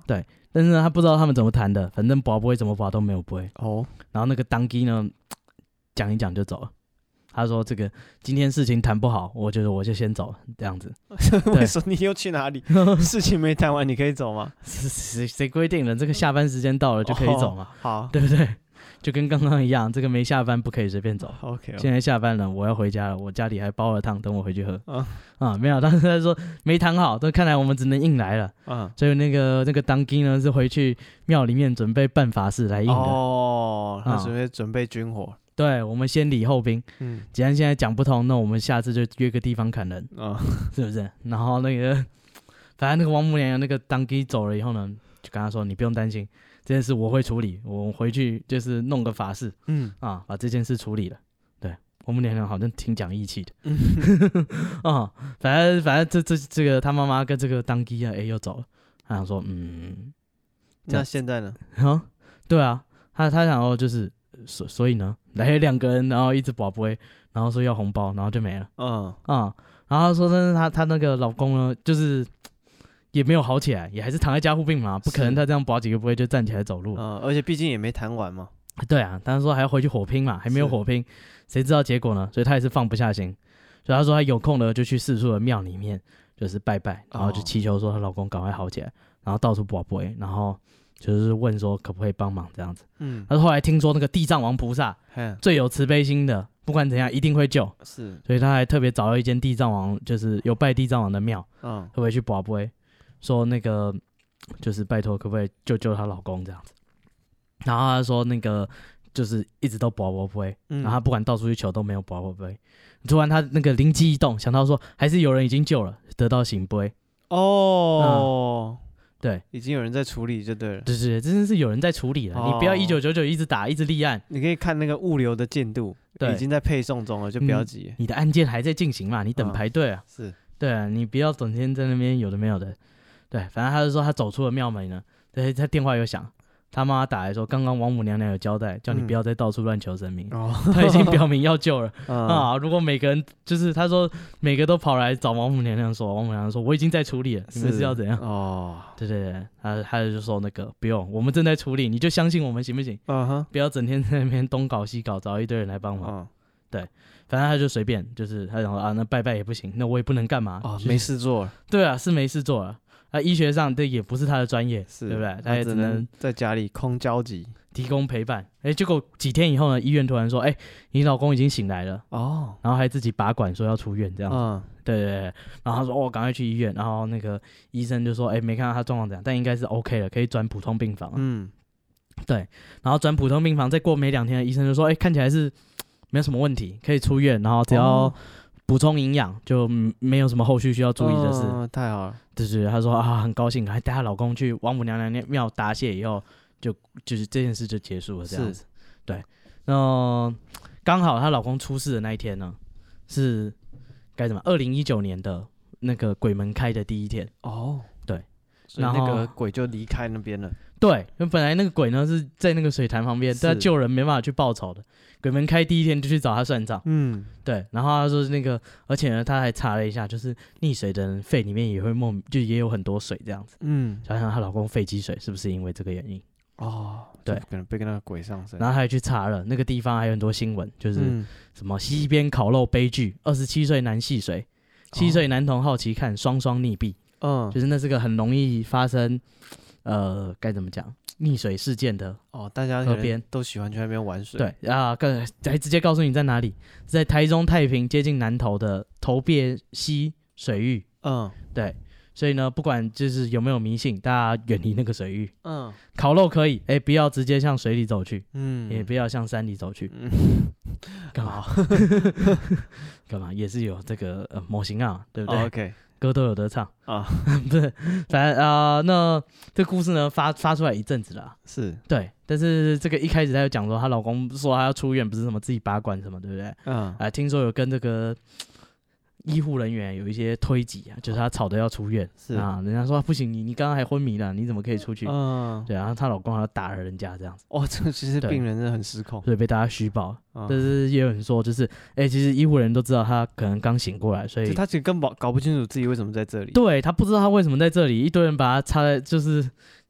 但是呢他不知道他们怎么谈的，反正拔不会怎么拔都没有不会哦。 然后那个当机呢讲一讲就走了。他说：“这个今天事情谈不好，我觉得我就先走了，这样子。” 为什么你又去哪里？事情没谈完，你可以走吗？ 谁谁规定了？这个下班时间到了就可以走嘛？ 哦、好， 对不对？就跟刚刚一样，这个没下班不可以随便走。 OK， 现在下班了，我要回家了。我家里还煲了汤，等我回去喝。 嗯、 啊，没有，但是他说没谈好，这看来我们只能硬来了。嗯，所以那个那个当机呢是回去庙里面准备办法事来硬的。 哦，他准备、嗯、准备军火。 对，我们先礼后兵。嗯，既然现在讲不通，那我们下次就约个地方砍人，哦、是不是？然后那个，反正那个王母娘娘那个当机走了以后呢，就跟他说：“你不用担心，这件事我会处理，我回去就是弄个法事，嗯啊，把这件事处理了。”对，王母娘娘好像挺讲义气的。嗯，啊，反正反正这这这个他妈妈跟这个当机啊，哎又走了。他想说，嗯， 那现在呢？ 啊，对啊，他他想说就是。所所以呢，来了两个人，然后一直拔杯，然后说要红包，然后就没了。嗯啊、嗯，然后说，但是她她那个老公呢，就是也没有好起来，也还是躺在加护病房，不可能他这样拔几个杯就站起来走路。 嗯，而且毕竟也没谈完嘛。 对啊，但是说还要回去火拼嘛，还没有火拼，谁知道结果呢？所以他也是放不下心，所以他说他有空呢就去四处的庙里面就是拜拜，然后就祈求说她老公赶快好起来，然后到处拔杯，然后。就是问说可不可以帮忙这样子，嗯，但是后来听说那个地藏王菩萨最有慈悲心的，不管怎样一定会救，是，所以他还特别找了一间地藏王，就是有拜地藏王的庙，嗯，会不会去拔杯，说那个就是拜托可不可以救救她老公这样子，然后他说那个就是一直都拔不杯，嗯，然后他不管到处去求都没有拔不杯，突然他那个灵机一动，想到说还是有人已经救了，得到醒杯， 哦。嗯对， 已经有人在处理就对了。 对对对，真的是有人在处理了。哦、你不要一九九九一直打，一直立案。 你可以看那个物流的进度，已经在配送中了，就不要急、嗯。 你的案件还在进行嘛？你等排队啊。 嗯、是， 对啊，你不要整天在那边有的没有的。对，反正他就说他走出了庙门呢，对，他电话又响，他妈妈打来说，刚刚王母娘娘有交代，叫你不要再到处乱求神明，嗯、他已经表明要救了、嗯、啊！如果每个人就是他说每个都跑来找王母娘娘说，王母娘娘说我已经在处理了，你们是要怎样？哦，对对对，他他就说那个不用，我们正在处理，你就相信我们行不行？嗯哼，不要整天在那边东搞西搞，找一堆人来帮忙。嗯、对，反正他就随便，就是他想说啊，那拜拜也不行，那我也不能干嘛？ 哦，没事做了。 对啊，是没事做了。啊，医学上这也不是他的专业，对不对？他也只能在家里空交集， 提供陪伴。哎，结果几天以后呢，医院突然说，哎，你老公已经醒来了哦，然后还自己拔管说要出院这样子。嗯，对对对。然后他说，哦，赶快去医院。然后那个医生就说，哎，没看到他状况怎样，但应该是 OK 了，可以转普通病房。嗯，对。然后转普通病房，再过没两天，医生就说，哎，看起来是没有什么问题，可以出院，然后只要、哦。补充营养就没有什么后续需要注意的事， 哦、太好了。 对对，他说啊，很高兴，还带她老公去王母娘娘庙答谢，以后就就是这件事就结束了，这样子。对，那刚好她老公出事的那一天呢，是该怎么？二零一九年的那个鬼门开的第一天哦，对， 所以那个鬼就离开那边了。 对，因为本来那个鬼呢是在那个水潭旁边，但他救人没办法去报仇的。鬼门开第一天就去找他算账，嗯，对，然后他说那个，而且呢，他还查了一下，就是溺水的人肺里面也会莫就也有很多水这样子，嗯，想想她老公肺积水是不是因为这个原因？哦，对， 可能被那个鬼上身。 然后他还去查了那个地方还有很多新闻，就是什么西边烤肉悲剧，二十七岁男戏水，七岁男童好奇看双双溺毙，嗯，就是那是个很容易发生，呃，该怎么讲？溺水事件的哦，大家河边都喜欢去那边玩水。 对啊，还直接告诉你在哪里，是在台中太平接近南投的头别溪水域。嗯，对，所以呢，不管就是有没有迷信，大家远离那个水域。嗯，烤肉可以，哎，不要直接向水里走去，嗯，也不要向山里走去。嗯，干嘛？干嘛？也是有这个呃模型啊，对不对、 哦、？OK。 歌都有得唱啊，不是，反正啊、呃，那这故事呢发发出来一阵子了， 是对， 但是这个一开始她就讲说，她老公说她要出院，不是什么自己拔管什么，对不对？嗯，啊、呃，听说有跟这个医护人员有一些推挤啊，就是她吵着要出院，是啊，人家说不行，你你刚刚还昏迷了，你怎么可以出去？嗯，对，然后她老公还要打了人家这样子， 哦，这个其实病人真的很失控， 所以被大家虚报。嗯、但是也有人说，就是哎、欸，其实医护人都知道他可能刚醒过来，所以他其实根本搞不清楚自己为什么在这里。 对他不知道他为什么在这里，一堆人把他插在，就是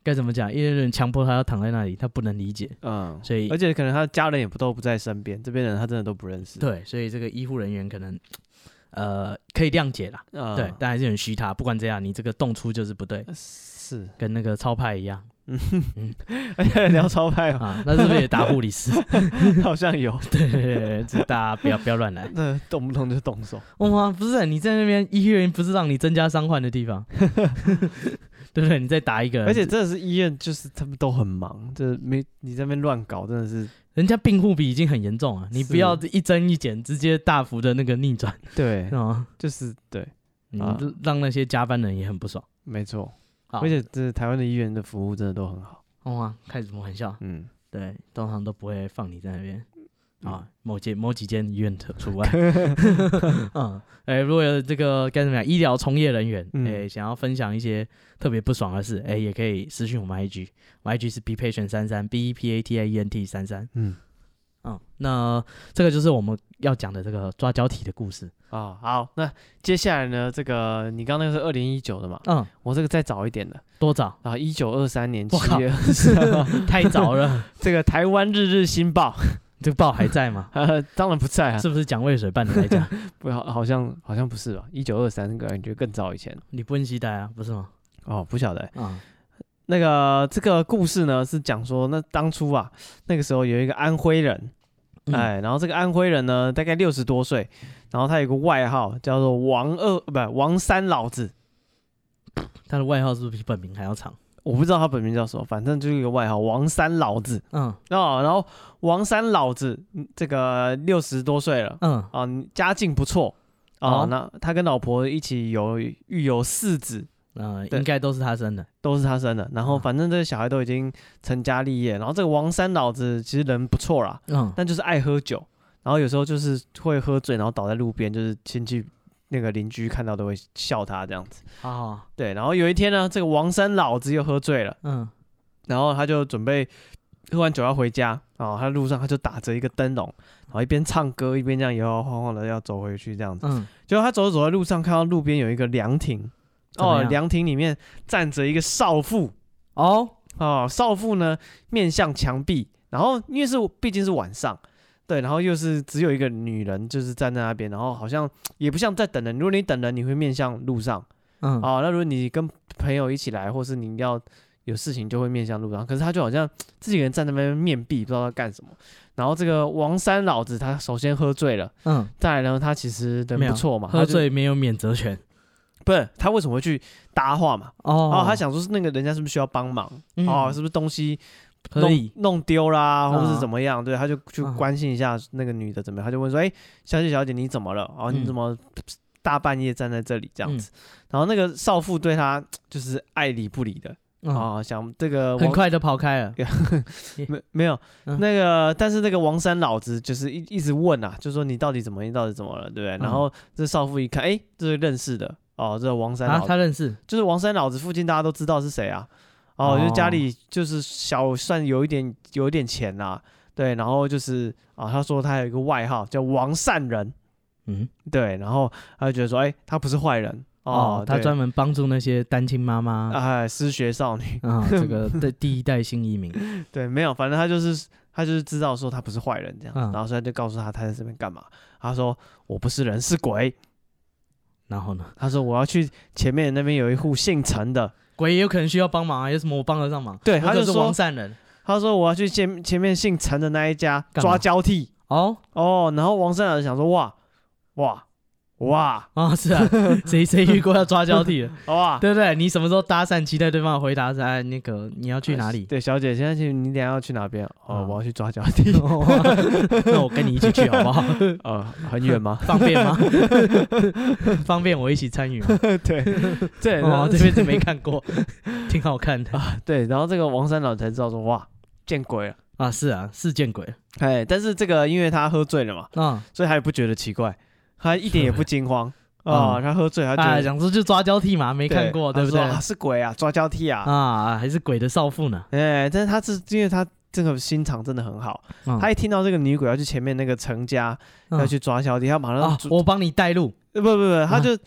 该怎么讲？因为人强迫他要躺在那里，他不能理解。嗯，所以而且可能他的家人也不都不在身边，这边人他真的都不认识。 对，所以这个医护人员可能呃可以谅解啦。嗯、对，但还是很虚他。不管怎样，你这个动粗就是不对。 是， 跟那个超派一样。嗯嗯，而且聊超派哦， 啊，那是不是也打护理师？ 好像有。 对对对，这大家不要不要乱来。 对，动不动就动手。 哇，不是你在那边医院不是让你增加伤患的地方，对不对？你再打一个人， 而且真的是医院，就是他们都很忙，就是没你在那边乱搞，真的是。 人家病护比已经很严重了，你不要一增一减，直接大幅的那个逆转。 对，啊，就是对， 嗯，让那些加班人也很不爽。 没错。而且这台湾的医院的服务真的都很好。 哇，开什么玩笑？嗯，对，通常都不会放你在那边、嗯、啊。某间某几间医院除外。嗯，哎、欸，如果有这个该怎么讲，医疗从业人员，哎、嗯欸，想要分享一些特别不爽的事，哎、欸，也可以私讯我们 I G， 我们 I G 是 be patient 三三 b e p a t i e n t 三三。嗯。嗯，那这个就是我们要讲的这个抓交替的故事啊、哦。好，那接下来呢？这个你刚刚那个是二零一九的嘛？嗯，我这个再早一点的， 多早啊？一九二三年七月二十号， 太早了。 这个台湾日日新报， 这个报还在吗？ 呃，当然不在啊。 是不是蒋渭水办的那家？ 不，好，好像好像不是吧？一九二三那个感觉更早以前。 你不恩熙代啊，不是吗？ 哦，不晓得、欸。嗯。那个这个故事呢，是讲说，那当初啊，那个时候有一个安徽人。哎，然后这个安徽人呢，大概六十多岁，然后他有个外号叫做王二，不，王三老子。 他的外号是不是比本名还要长？ 我不知道他本名叫什么，反正就是一个外号，王三老子。嗯，哦，然后王三老子这个六十多岁了，嗯，啊，家境不错，啊，哦、那他跟老婆一起有育有四子。 呃，应该都是他生的， 都是他生的。然后反正这个小孩都已经成家立业，然后这个王三老子其实人不错啦，嗯，但就是爱喝酒，然后有时候就是会喝醉，然后倒在路边，就是亲戚那个邻居看到都会笑他这样子。哦，对。然后有一天呢，这个王三老子又喝醉了，嗯，然后他就准备喝完酒要回家，哦，他路上他就打着一个灯笼，然后一边唱歌一边这样摇摇晃晃的要走回去这样子。嗯，结果他走着走在路上，看到路边有一个凉亭。哦，凉亭里面站着一个少妇哦哦，少妇呢面向墙壁，然后因为是毕竟是晚上，对，然后又是只有一个女人就是站在那边，然后好像也不像在等人，如果你等人你会面向路上，嗯，哦，那如果你跟朋友一起来，或是你要有事情就会面向路上，可是他就好像自己人站在那边面壁，不知道他干什么。然后这个王三老子他首先喝醉了，嗯，再来呢他其实人不错嘛， 喝醉没有免责权。 不是他为什么会去搭话嘛？哦，哦他想说是那个人家是不是需要帮忙？嗯、哦，是不是东西弄弄丢啦，或者是怎么样？对，他就去关心一下那个女的怎么样，他就问说：“哎、欸，小姐小姐你怎么了？哦，你怎么大半夜站在这里这样子？”嗯、然后那个少妇对他就是爱理不理的啊、嗯哦，想这个很快就跑开了。 没没有、嗯、那个，但是那个王三老子就是一一直问啊，就说你到底怎么，你到底怎么了，对不对？嗯、然后这少妇一看，哎、欸，这是认识的。哦，这个王三老子、 啊、他认识， 就是王三老子附近大家都知道是谁啊。哦，就家里就是小算有一点有一点钱啦、啊，对，然后就是啊，他说他有一个外号叫王善人，嗯，对，然后他就觉得说，哎、欸，他不是坏人哦， 哦他专门帮助那些单亲妈妈， 哎，失学少女啊，这个的第一代新移民， 对，没有，反正他就是他就是知道说他不是坏人这样，嗯、然后所以他就告诉他他在这边干嘛，他说我不是人是鬼。 然后呢？ 他说我要去前面那边有一户姓陈的， 鬼也有可能需要帮忙啊，有什么我帮得上忙？ 对，他就说王善人， 他说我要去前前面姓陈的那一家抓交替。哦哦，然后王善人想说哇哇哇啊、哦、是啊，谁谁遇过要抓交替的？哇，对不对？你什么时候搭讪，期待对方的回答是哎那个你要去哪里？ 对，小姐，现在去，你等一下要去哪边？哦，嗯、我要去抓交替。 那我跟你一起去好不好？ 呃，很远吗？ 方便吗？方便我一起参与吗？ 对对， 哦，这辈子没看过，挺好看的啊。对，然后这个王三老才知道说哇，见鬼了啊！是啊，是见鬼了。 哎，但是这个因为他喝醉了嘛，嗯，所以他也不觉得奇怪。他一点也不惊慌啊、嗯！他喝醉，他觉得、 啊、想说就抓交替嘛，没看过， 对, 对不对、 啊？是鬼啊，抓交替啊！ 啊，还是鬼的少妇呢？ 哎，但是他是因为他这个心肠真的很好，嗯、他一听到这个女鬼要去前面那个陈家、嗯、要去抓交替，他马上、 啊、我帮你带路。 不不不，他就、啊、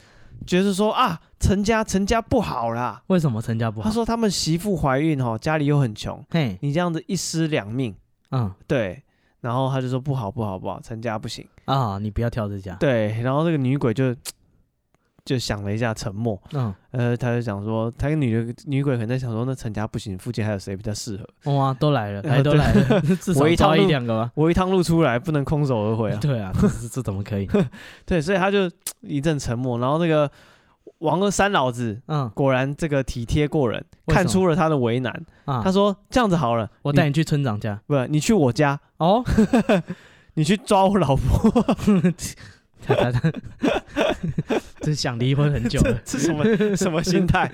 觉得说啊，陈家陈家不好啦。 为什么陈家不好？ 他说他们媳妇怀孕哦，家里又很穷，嘿，你这样子一尸两命，嗯，对。然后他就说不好不好不好，陈家不行啊，你不要挑这家。 对，然后这个女鬼就就想了一下，沉默。嗯，呃，他就想说，他跟女的女鬼可能在想说，那陈家不行，附近还有谁比较适合？ 哇，都来了，来都来了，至少抓一两个吧。 我一趟路出来，不能空手而回啊。 对啊，这这怎么可以？ 对，所以他就一阵沉默。然后那个王二三老子，嗯，果然这个体贴过人，看出了他的为难。啊、他说这样子好了， 我带你去村长家， 不，你去我家哦，你去抓我老婆。 他他他，这是想离婚很久了， 这什么什么心态？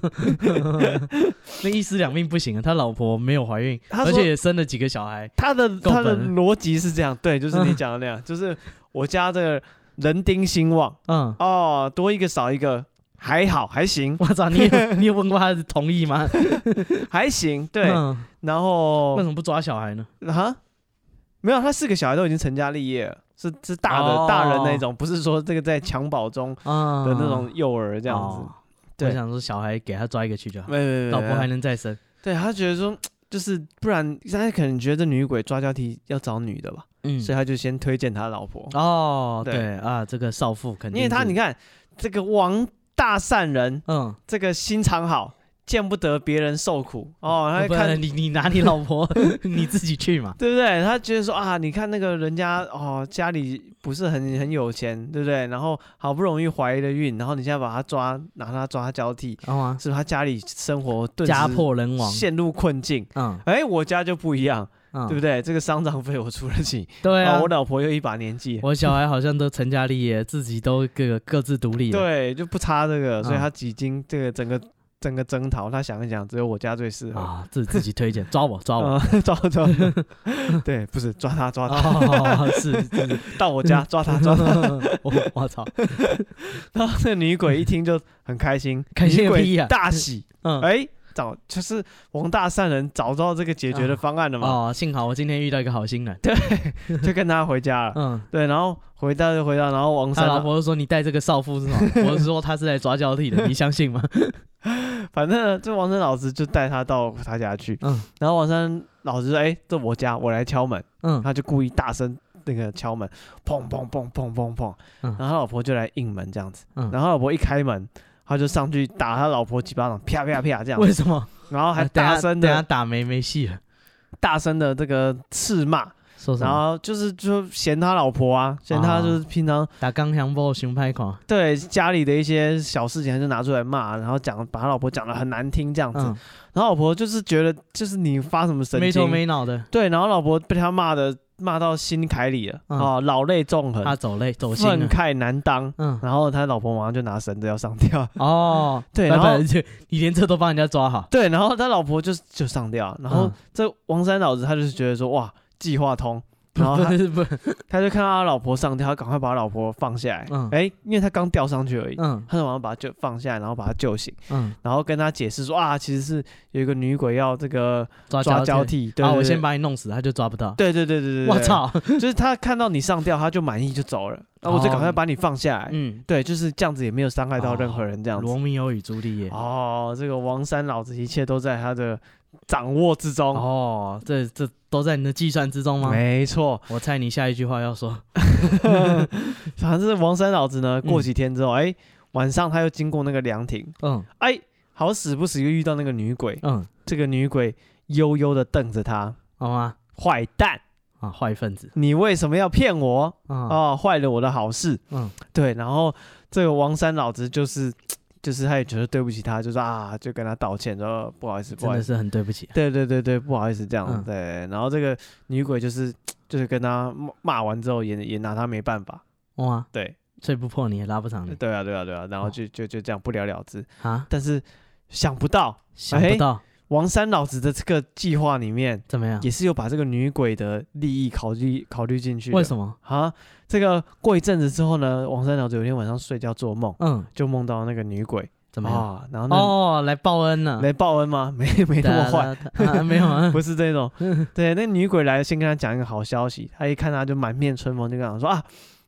那一尸两命不行啊！他老婆没有怀孕，而且也生了几个小孩。 他的他的逻辑是这样，对，就是你讲的那样，就是我家这个人丁兴旺，嗯，哦，多一个少一个。还好还行， 我操！你有你有问过他同意吗？ 还行，对。嗯、然后为什么不抓小孩呢？ 哈，没有，他四个小孩都已经成家立业了，是是大的、哦、大人那种，不是说这个在襁褓中的那种幼儿这样子。哦、 对，我想说小孩给他抓一个去就好，没没没，老婆还能再生。 对他觉得说，就是不然，他可能觉得女鬼抓交替要找女的吧，嗯，所以他就先推荐他老婆。 哦，对, 对啊，这个少妇肯定， 因为他你看这个王。大善人，嗯，这个心肠好，见不得别人受苦哦。他看你，你拿你老婆，你自己去嘛， 对不对？他觉得说啊，你看那个人家哦，家里不是很很有钱，对不对？然后好不容易怀了孕，然后你现在把他抓，拿他抓他交替，哦啊、是不是他家里生活顿时家破人亡， 陷入困境？嗯，哎，我家就不一样。嗯、对不对？这个丧葬费我出得起。 对啊， 我老婆又一把年纪， 我小孩好像都成家立业，自己都各各自独立了。 对，就不差这个，所以他几经这个整个整个征讨，他想一想，只有我家最适合啊，自自己推荐，抓我抓我、 嗯、抓我抓我。对，不是抓他抓他，哦、是是到我家抓他抓他。 我我操！ 然后那个女鬼一听就很开心， 开心个屁啊！大喜，嗯，哎。找就是王大善人找到这个解决的方案了嘛？ 哦，幸好我今天遇到一个好心人， 对，就跟他回家了。嗯，对，然后回到就回到，然后王三他老婆就说：“你带这个少妇是吗？”我是说他是来抓交替的，你相信吗？ 反正这王三老师就带他到他家去，嗯，然后王三老师说：“哎、欸，这我家，我来敲门。”嗯，他就故意大声那个敲门，砰砰砰砰砰砰，嗯，然后他老婆就来应门这样子，嗯，然后他老婆一开门。他就上去打他老婆几巴掌，啪啪啪这样。 为什么？ 然后还大声的， 等下打没没戏了， 大声的这个斥骂，然后就是就嫌他老婆啊，嫌他就是平常打钢枪不熊拍狂， 对家里的一些小事情他就拿出来骂，然后讲把他老婆讲得很难听这样子，嗯、然后老婆就是觉得就是你发什么神经， 没头没脑的， 对，然后老婆被他骂的。骂到心坎里了，嗯、哦，老泪纵横， 他走泪走心， 愤慨难当。嗯，然后他老婆马上就拿绳子要上吊。哦，对，然后你连这都帮人家抓好。 对，然后他老婆就就上吊，然后这王三老子他就是觉得说哇，计划通。然后他不是他就看到他老婆上吊，他赶快把他老婆放下来。哎、嗯欸，因为他刚吊上去而已，嗯，他就马上把他就放下来，然后把他救醒，嗯，然后跟他解释说啊，其实是有一个女鬼要这个抓交替，对， 啊，我先把你弄死，他就抓不到。 对对对对对， 我操， 就是他看到你上吊，他就满意就走了，那我就赶快把你放下来。嗯，对，就是这样子，也没有伤害到任何人，这样子。 罗密欧与朱丽叶。 哦，这个王三老子一切都在他的掌握之中。 哦，这这。都在你的计算之中吗？ 没错， 我猜你下一句话要说。 反正王三老子呢，过几天之后，哎、嗯欸，晚上他又经过那个凉亭，嗯，哎、欸，好死不死又遇到那个女鬼，嗯，这个女鬼悠悠的瞪着他，好吗？坏蛋啊，坏分子， 你为什么要骗我？嗯、哦，坏了我的好事，嗯，对，然后这个王三老子就是。就是他也觉得对不起他，就说啊，就跟他道歉，说不好意思，不好意思， 真的是很对不起、啊。 对对对对，不好意思这样，嗯、对。然后这个女鬼就是就是跟他骂完之后也，也也拿他没办法。哇，对， 吹不破你也拉不长你。 对啊对啊对啊，然后就就就这样不了了之啊。但是想不到， 想不到。欸王三老子的这个计划里面怎么样？ 也是有把这个女鬼的利益考虑考虑进去。 为什么啊？这个过一阵子之后呢，王三老子有一天晚上睡觉做梦，嗯，就梦到那个女鬼， 怎么样？ 啊、然后哦，来报恩呢？ 来报恩吗？没没那么坏、 啊，没有啊， 不是这种。对，那女鬼来先跟他讲一个好消息，他一看他就满面春风，就跟他说啊，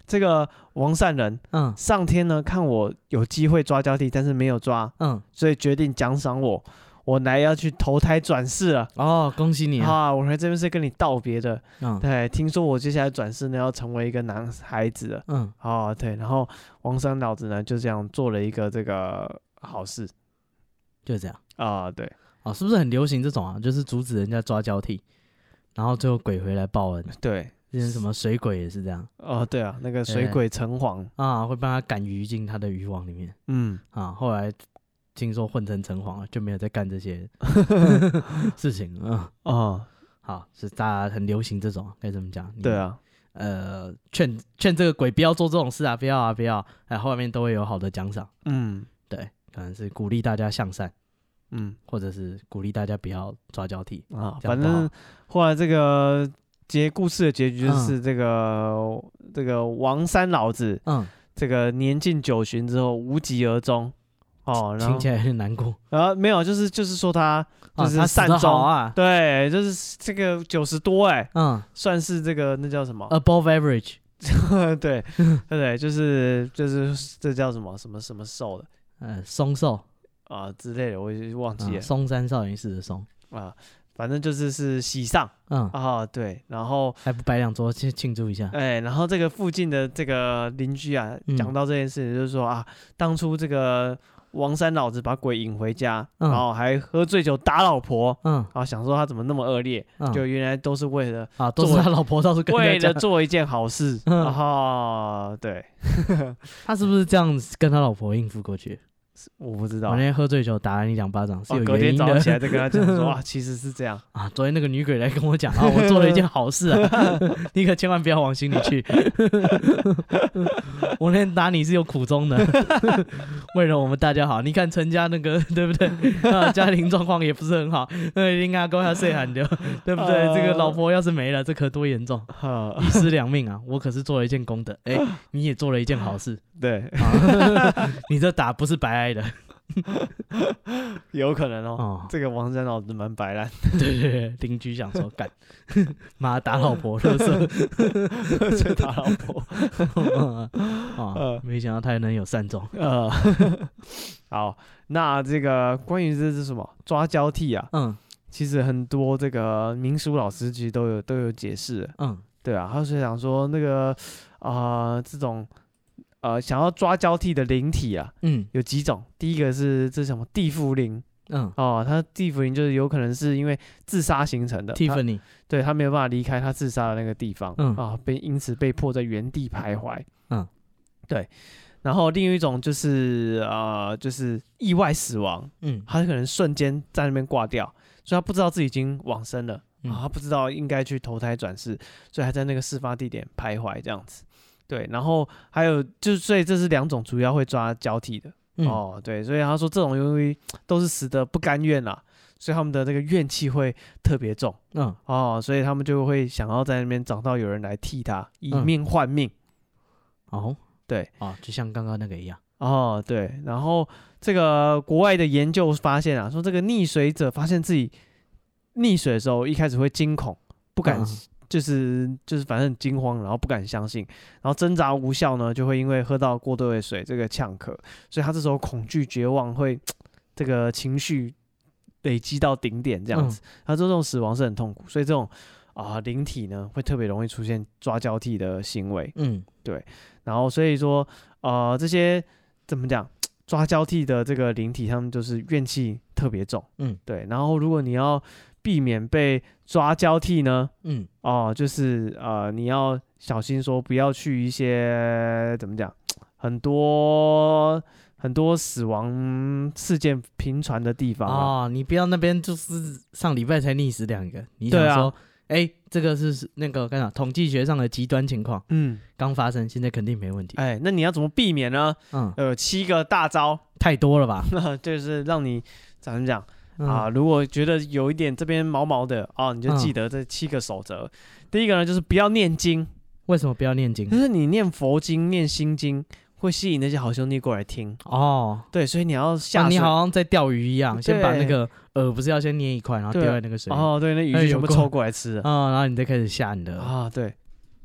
这个王善人，嗯，上天呢看我有机会抓交替，但是没有抓，嗯，所以决定奖赏我。我来要去投胎转世了哦，恭喜你啊！ 啊我来这边是跟你道别的。嗯，对，听说我接下来转世呢要成为一个男孩子了。嗯，哦，对，然后王山老子呢就这样做了一个这个好事， 就这样啊，对， 哦，是不是很流行这种啊？就是阻止人家抓交替，然后最后鬼回来报恩。 对， 之前什么水鬼也是这样。 哦，对啊，那个水鬼城隍啊，会帮他赶鱼进他的渔网里面。嗯，啊，后来。听说混成城隍了，就没有再干这些事情啊。哦，好，是大家很流行这种，该怎么讲？ 对啊， 呃，劝劝这个鬼不要做这种事啊，不要啊，不要！哎，后面都会有好的奖赏。嗯，对，可能是鼓励大家向善，嗯，或者是鼓励大家不要抓交替啊。反正后来这个结故事的结局就是这个、嗯、这个王三老子，嗯，这个年近九旬之后无疾而终。哦， 听起来有点难过。 然后没有，就是就是说他就是善终啊， 对，就是这个九十多哎，嗯，算是这个那叫什么 above average， 对对对，就是就是这叫什么什么什么寿的， 呃，松寿啊之类的，我已经忘记了。 松山少林寺的松啊，反正就是是喜丧，嗯啊对，然后还不摆两桌去庆祝一下， 哎，然后这个附近的这个邻居啊，讲到这件事情，就是说啊，当初这个。王三老子把鬼引回家，嗯、然后还喝醉酒打老婆，嗯，然后想说他怎么那么恶劣，嗯、就原来都是为了啊，都是他老婆倒是为了做一件好事，嗯、然后对， 他是不是这样跟他老婆应付过去？ 我不知道， 我那天喝醉酒打了你两巴掌是有原因的。隔天早上起来再跟他讲说啊，其实是这样啊。昨天那个女鬼来跟我讲啊，我做了一件好事啊，你可千万不要往心里去。我那天打你是有苦衷的，为了我们大家好。你看陈家那个对不对啊？家庭状况也不是很好，那应该跟他睡喊的，对不对？这个老婆要是没了，这可多严重，一尸两命啊！我可是做了一件功德，哎，你也做了一件好事。 对， 啊、你这打不是白挨的， 有可能 哦, 哦。这个王三老子蛮白烂， 对对对，邻居想说干，妈打老婆，垃圾， 在打老婆， 啊，呃、没想到他还能有善终。呃， 好，那这个关于这是什么抓交替啊？嗯，其实很多这个民俗老师其实都有都有解释。嗯，对啊，他是想说那个啊、呃、这种。呃，想要抓交替的灵体啊，嗯，有几种。第一个是这是什么地缚灵，嗯，哦，他地缚灵就是有可能是因为自杀形成的 ，Tiffany， 对他没有办法离开他自杀的那个地方，嗯啊，被因此被迫在原地徘徊，嗯，对。然后另一种就是呃，就是意外死亡，嗯，他可能瞬间在那边挂掉，所以他不知道自己已经往生了，嗯、啊，他不知道应该去投胎转世，所以还在那个事发地点徘徊这样子。对，然后还有就是，所以这是两种主要会抓交替的、嗯、哦。对，所以他说这种由于都是死的不甘愿啦，所以他们的这个怨气会特别重。嗯，哦，所以他们就会想要在那边找到有人来替他，以命换命。 嗯、哦， 对， 哦，就像刚刚那个一样。 哦，对，然后这个国外的研究发现啊，说这个溺水者发现自己溺水的时候，一开始会惊恐，不敢。嗯就是就是反正很惊慌，然后不敢相信，然后挣扎无效呢，就会因为喝到过多的水，这个呛咳，所以他这时候恐惧、绝望，会这个情绪累积到顶点这样子。嗯、他说这种死亡是很痛苦，所以这种啊灵体呢会特别容易出现抓交替的行为。嗯，对。然后所以说呃这些怎么讲抓交替的这个灵体，他们就是怨气特别重。嗯，对。然后如果你要避免被抓交替呢，嗯，哦，就是呃，你要小心说，不要去一些怎么讲，很多很多死亡事件频传的地方啊、 哦，你不要那边就是上礼拜才溺死两个，你想说，哎、啊，这个是那个干啥？统计学上的极端情况，嗯，刚发生，现在肯定没问题。 哎，那你要怎么避免呢？嗯，有七个大招， 太多了吧？ 就是让你怎么讲？嗯、啊，如果觉得有一点这边毛毛的哦，你就记得这七个守则。嗯、第一个呢，就是不要念经。 为什么不要念经？ 就是你念佛经、念心经，会吸引那些好兄弟过来听。哦，对，所以你要下水、啊， 你好像在钓鱼一样，先把那个饵不是要先捏一块，然后丢在那个水里。 哦，对，那鱼就全部抽过来吃了。 啊、哦，然后你再开始下你的。 啊，对。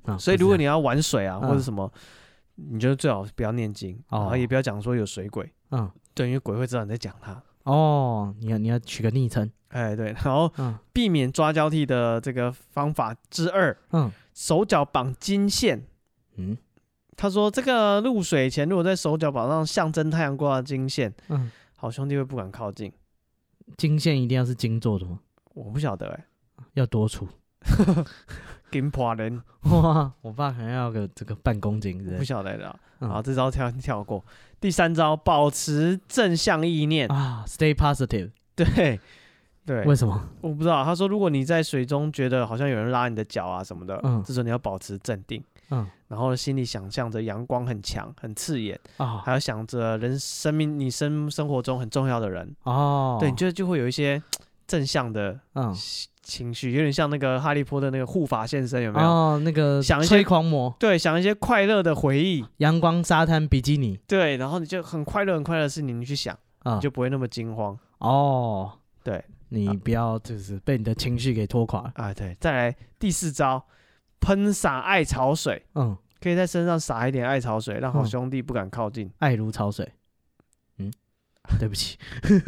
啊、所以如果你要玩水啊、嗯、或者什么，你就最好不要念经，哦、然后也不要讲说有水鬼，嗯，对，因为鬼会知道你在讲他。 哦，你要你要取个昵称， 哎对，然后、嗯、避免抓交替的这个方法之二，嗯，手脚绑金线，嗯，他说这个入水前如果在手脚绑上象征太阳挂的金线，嗯，好兄弟会不敢靠近。 金线一定要是金做的吗？ 我不晓得哎、 欸，要多粗？ 金破人哇！我爸可能要个这个半公斤， 我不晓得的、啊。嗯、好，这招跳跳过。第三招，保持正向意念啊 ，stay positive。 对对， 为什么？ 我不知道。他说，如果你在水中觉得好像有人拉你的脚啊什么的，嗯，这时候你要保持镇定，嗯，然后心里想象着阳光很强、很刺眼啊，还要想着人生命、你生生活中很重要的人哦，对，你就就会有一些正向的嗯。情绪有点像那个哈利波特那个护法现身，有没有？ 哦，那个想一些狂魔， 对，想一些快乐的回忆， 阳光、沙滩、比基尼， 对，然后你就很快乐、很快乐的事情，你去想，啊、你就不会那么惊慌。哦，对， 你不要就是被你的情绪给拖垮啊。对，再来第四招，喷洒艾草水，嗯，可以在身上洒一点艾草水，让好兄弟不敢靠近。 嗯、爱如潮水。对不起，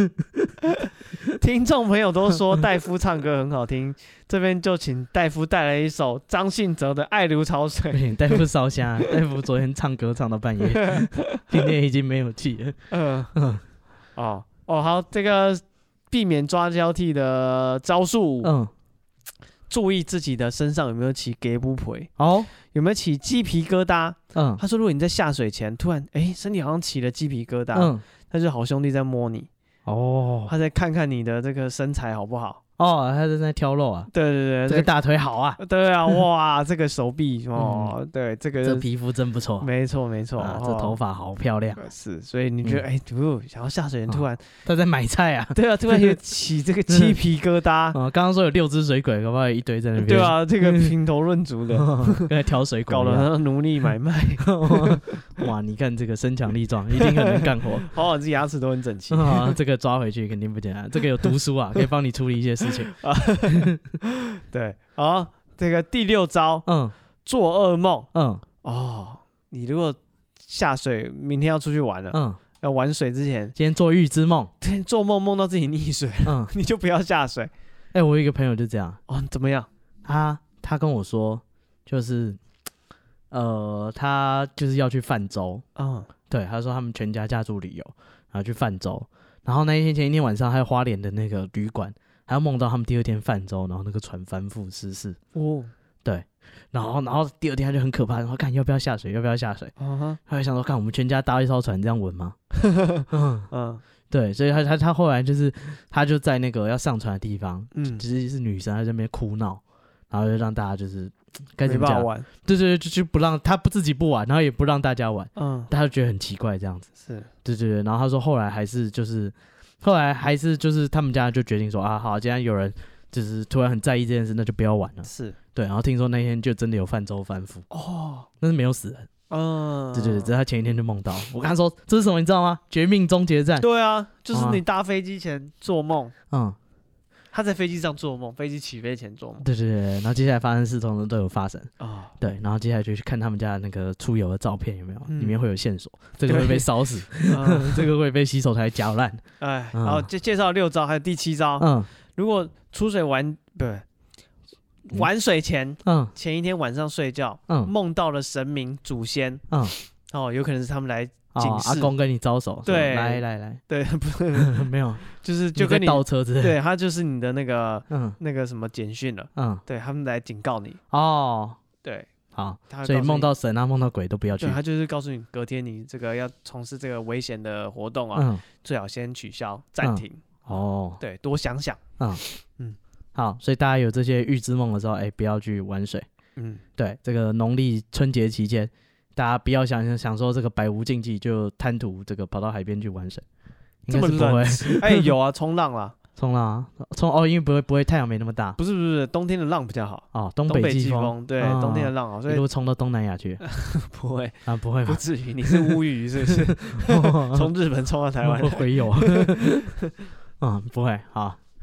听众朋友都说戴夫唱歌很好听，这边就请戴夫带来一首张信哲的《爱如潮水》。 不行，戴夫烧瞎，戴夫昨天唱歌唱到半夜，今天已经没有气了。嗯嗯， 哦哦，好，这个避免抓交替的招数，嗯，注意自己的身上有没有起给不腿，哦，有没有起鸡皮疙瘩？嗯，他说如果你在下水前突然哎身体好像起了鸡皮疙瘩，嗯。那是好兄弟在摸你哦，他在看看你的这个身材好不好哦，他在那挑肉啊， 对对对， 这个大腿好啊， 对啊，哇，这个手臂哦，嗯、对，这个这皮肤真不错， 没错没错、 啊，这头发好漂亮， 是，所以你觉得哎，嗯、想要下水人突然、哦、 他在买菜啊， 对啊，突然有起这个鸡皮疙瘩啊， 刚刚说有六只水鬼，搞不好有一堆在那边， 对啊，这个评头论足的， 跟在挑水鬼， 搞了奴隶买卖， 哇，你看这个身强力壮，一定很能干活， 好好，这牙齿都很整齐、 啊，这个抓回去肯定不简单，这个有读书啊，可以帮你处理一些事情。 对，好，这个第六招，嗯，做噩梦，嗯，哦，你如果下水，明天要出去玩了，嗯，要玩水之前， 今天做预知梦， 今天做梦梦到自己溺水，嗯，你就不要下水。 哎、欸，我有一个朋友就这样， 哦，怎么样？ 他他跟我说，就是，呃，他就是要去泛舟，嗯，对，他说他们全家家族旅游，然后去泛舟，然后那一天前一天晚上，还有花莲的那个旅馆。还要梦到他们第二天泛舟，然后那个船翻覆失事。哦，对，然后然后第二天他就很可怕，然后看要不要下水，要不要下水。Uh huh. 他就想说，看我们全家搭一艘船这样稳吗？嗯嗯，对，所以他他他后来就是他就在那个要上船的地方，嗯，其实是女生，他在那边哭闹，然后就让大家就是该怎么讲？对对对，就就不让他不自己不玩，然后也不让大家玩，嗯，他就觉得很奇怪这样子。是，对对对，然后他说后来还是就是。后来还是就是他们家就决定说啊，好，既然有人就是突然很在意这件事，那就不要玩了。是，对。然后听说那天就真的有泛舟翻覆哦，但是没有死人。嗯，对对对，只是他前一天就梦到。我跟他说这是什么，你知道吗？绝命终结战。 对啊，就是你搭飞机前做梦。嗯。他在飞机上做梦，飞机起飞前做梦。 对对对，然后接下来发生事通通都有发生啊。哦、对，然后接下来就去看他们家的那个出游的照片有没有，嗯、里面会有线索，这个会被烧死，这个会被洗手台搅烂。 哎，然后介介绍六招，还有第七招。嗯，如果出水玩不对，玩水前，嗯，前一天晚上睡觉，嗯，梦到了神明祖先，嗯，哦，有可能是他们来。 哦，阿公跟你招手， 对， 来来来， 对，不是没有， 就是就跟你倒车之类的， 对，他就是你的那个，嗯，那个什么简讯了，嗯，对他们来警告你，哦，对， 好，所以梦到神啊，梦到鬼都不要去， 对，他就是告诉你，隔天你这个要从事这个危险的活动啊，嗯，最好先取消暂停，哦，对，多想想，嗯嗯，好，所以大家有这些预知梦的时候，哎，不要去玩水，嗯，对，这个农历春节期间。大家不要想想说这个百无禁忌就贪图这个跑到海边去玩水，应该是不会。 哎，有啊，冲浪啦， 冲浪啊，冲哦，因为不会不会太阳没那么大。 不是不是，冬天的浪比较好哦，东北季风， 对，冬天的浪好，所以一路冲到东南亚去。 不会啊，不会， 不至于。你是乌鱼是不是？从日本冲到台湾会有。嗯，不会。好，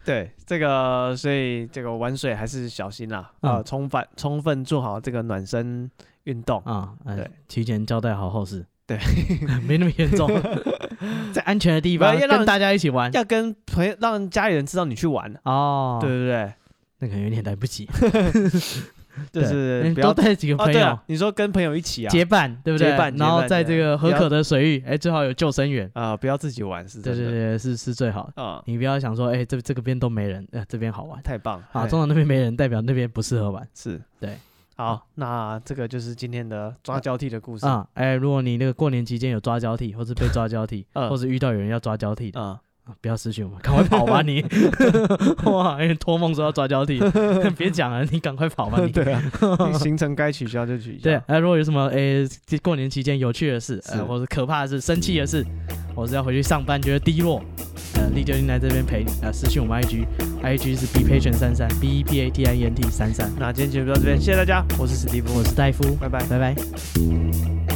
对，这个所以这个玩水还是小心啦，啊、嗯，充分充分做好这个暖身运动啊， 对，提前交代好后事。 对， 没那么严重，在安全的地方跟大家一起玩， 要跟朋友让家里人知道你去玩哦，对对对， 那可能有点来不及， 就是不要带几个朋友、哦啊， 你说跟朋友一起啊， 结伴对不对？ 结伴， 然后在这个河口的水域，哎，最好有救生员啊、呃，不要自己玩是真的， 对对对，是是最好的啊、嗯，你不要想说，哎，这这个边都没人，呃，这边好玩， 太棒啊，通常那边没人，代表那边不适合玩， 是对。 好，那这个就是今天的抓交替的故事啊！哎、嗯欸，如果你那个过年期间有抓交替，或是被抓交替，嗯、或是遇到有人要抓交替的，啊、嗯，不要私讯我们，赶快跑吧你！哇，因为托梦说要抓交替，别讲了，你赶快跑吧你！ 对啊，行程该取消就取消。 对，哎、呃，如果有什么哎、欸、过年期间有趣的事，呃，或是可怕的事、生气的事，或是要回去上班觉得低落，呃，立就进来这边陪你，呃，私讯我们 I G，I G 是 be patient 三三 B E P A T I E N T 三三。 那今天节目到这边，谢谢大家，我是史蒂夫， 我是戴夫， 拜拜， 拜拜。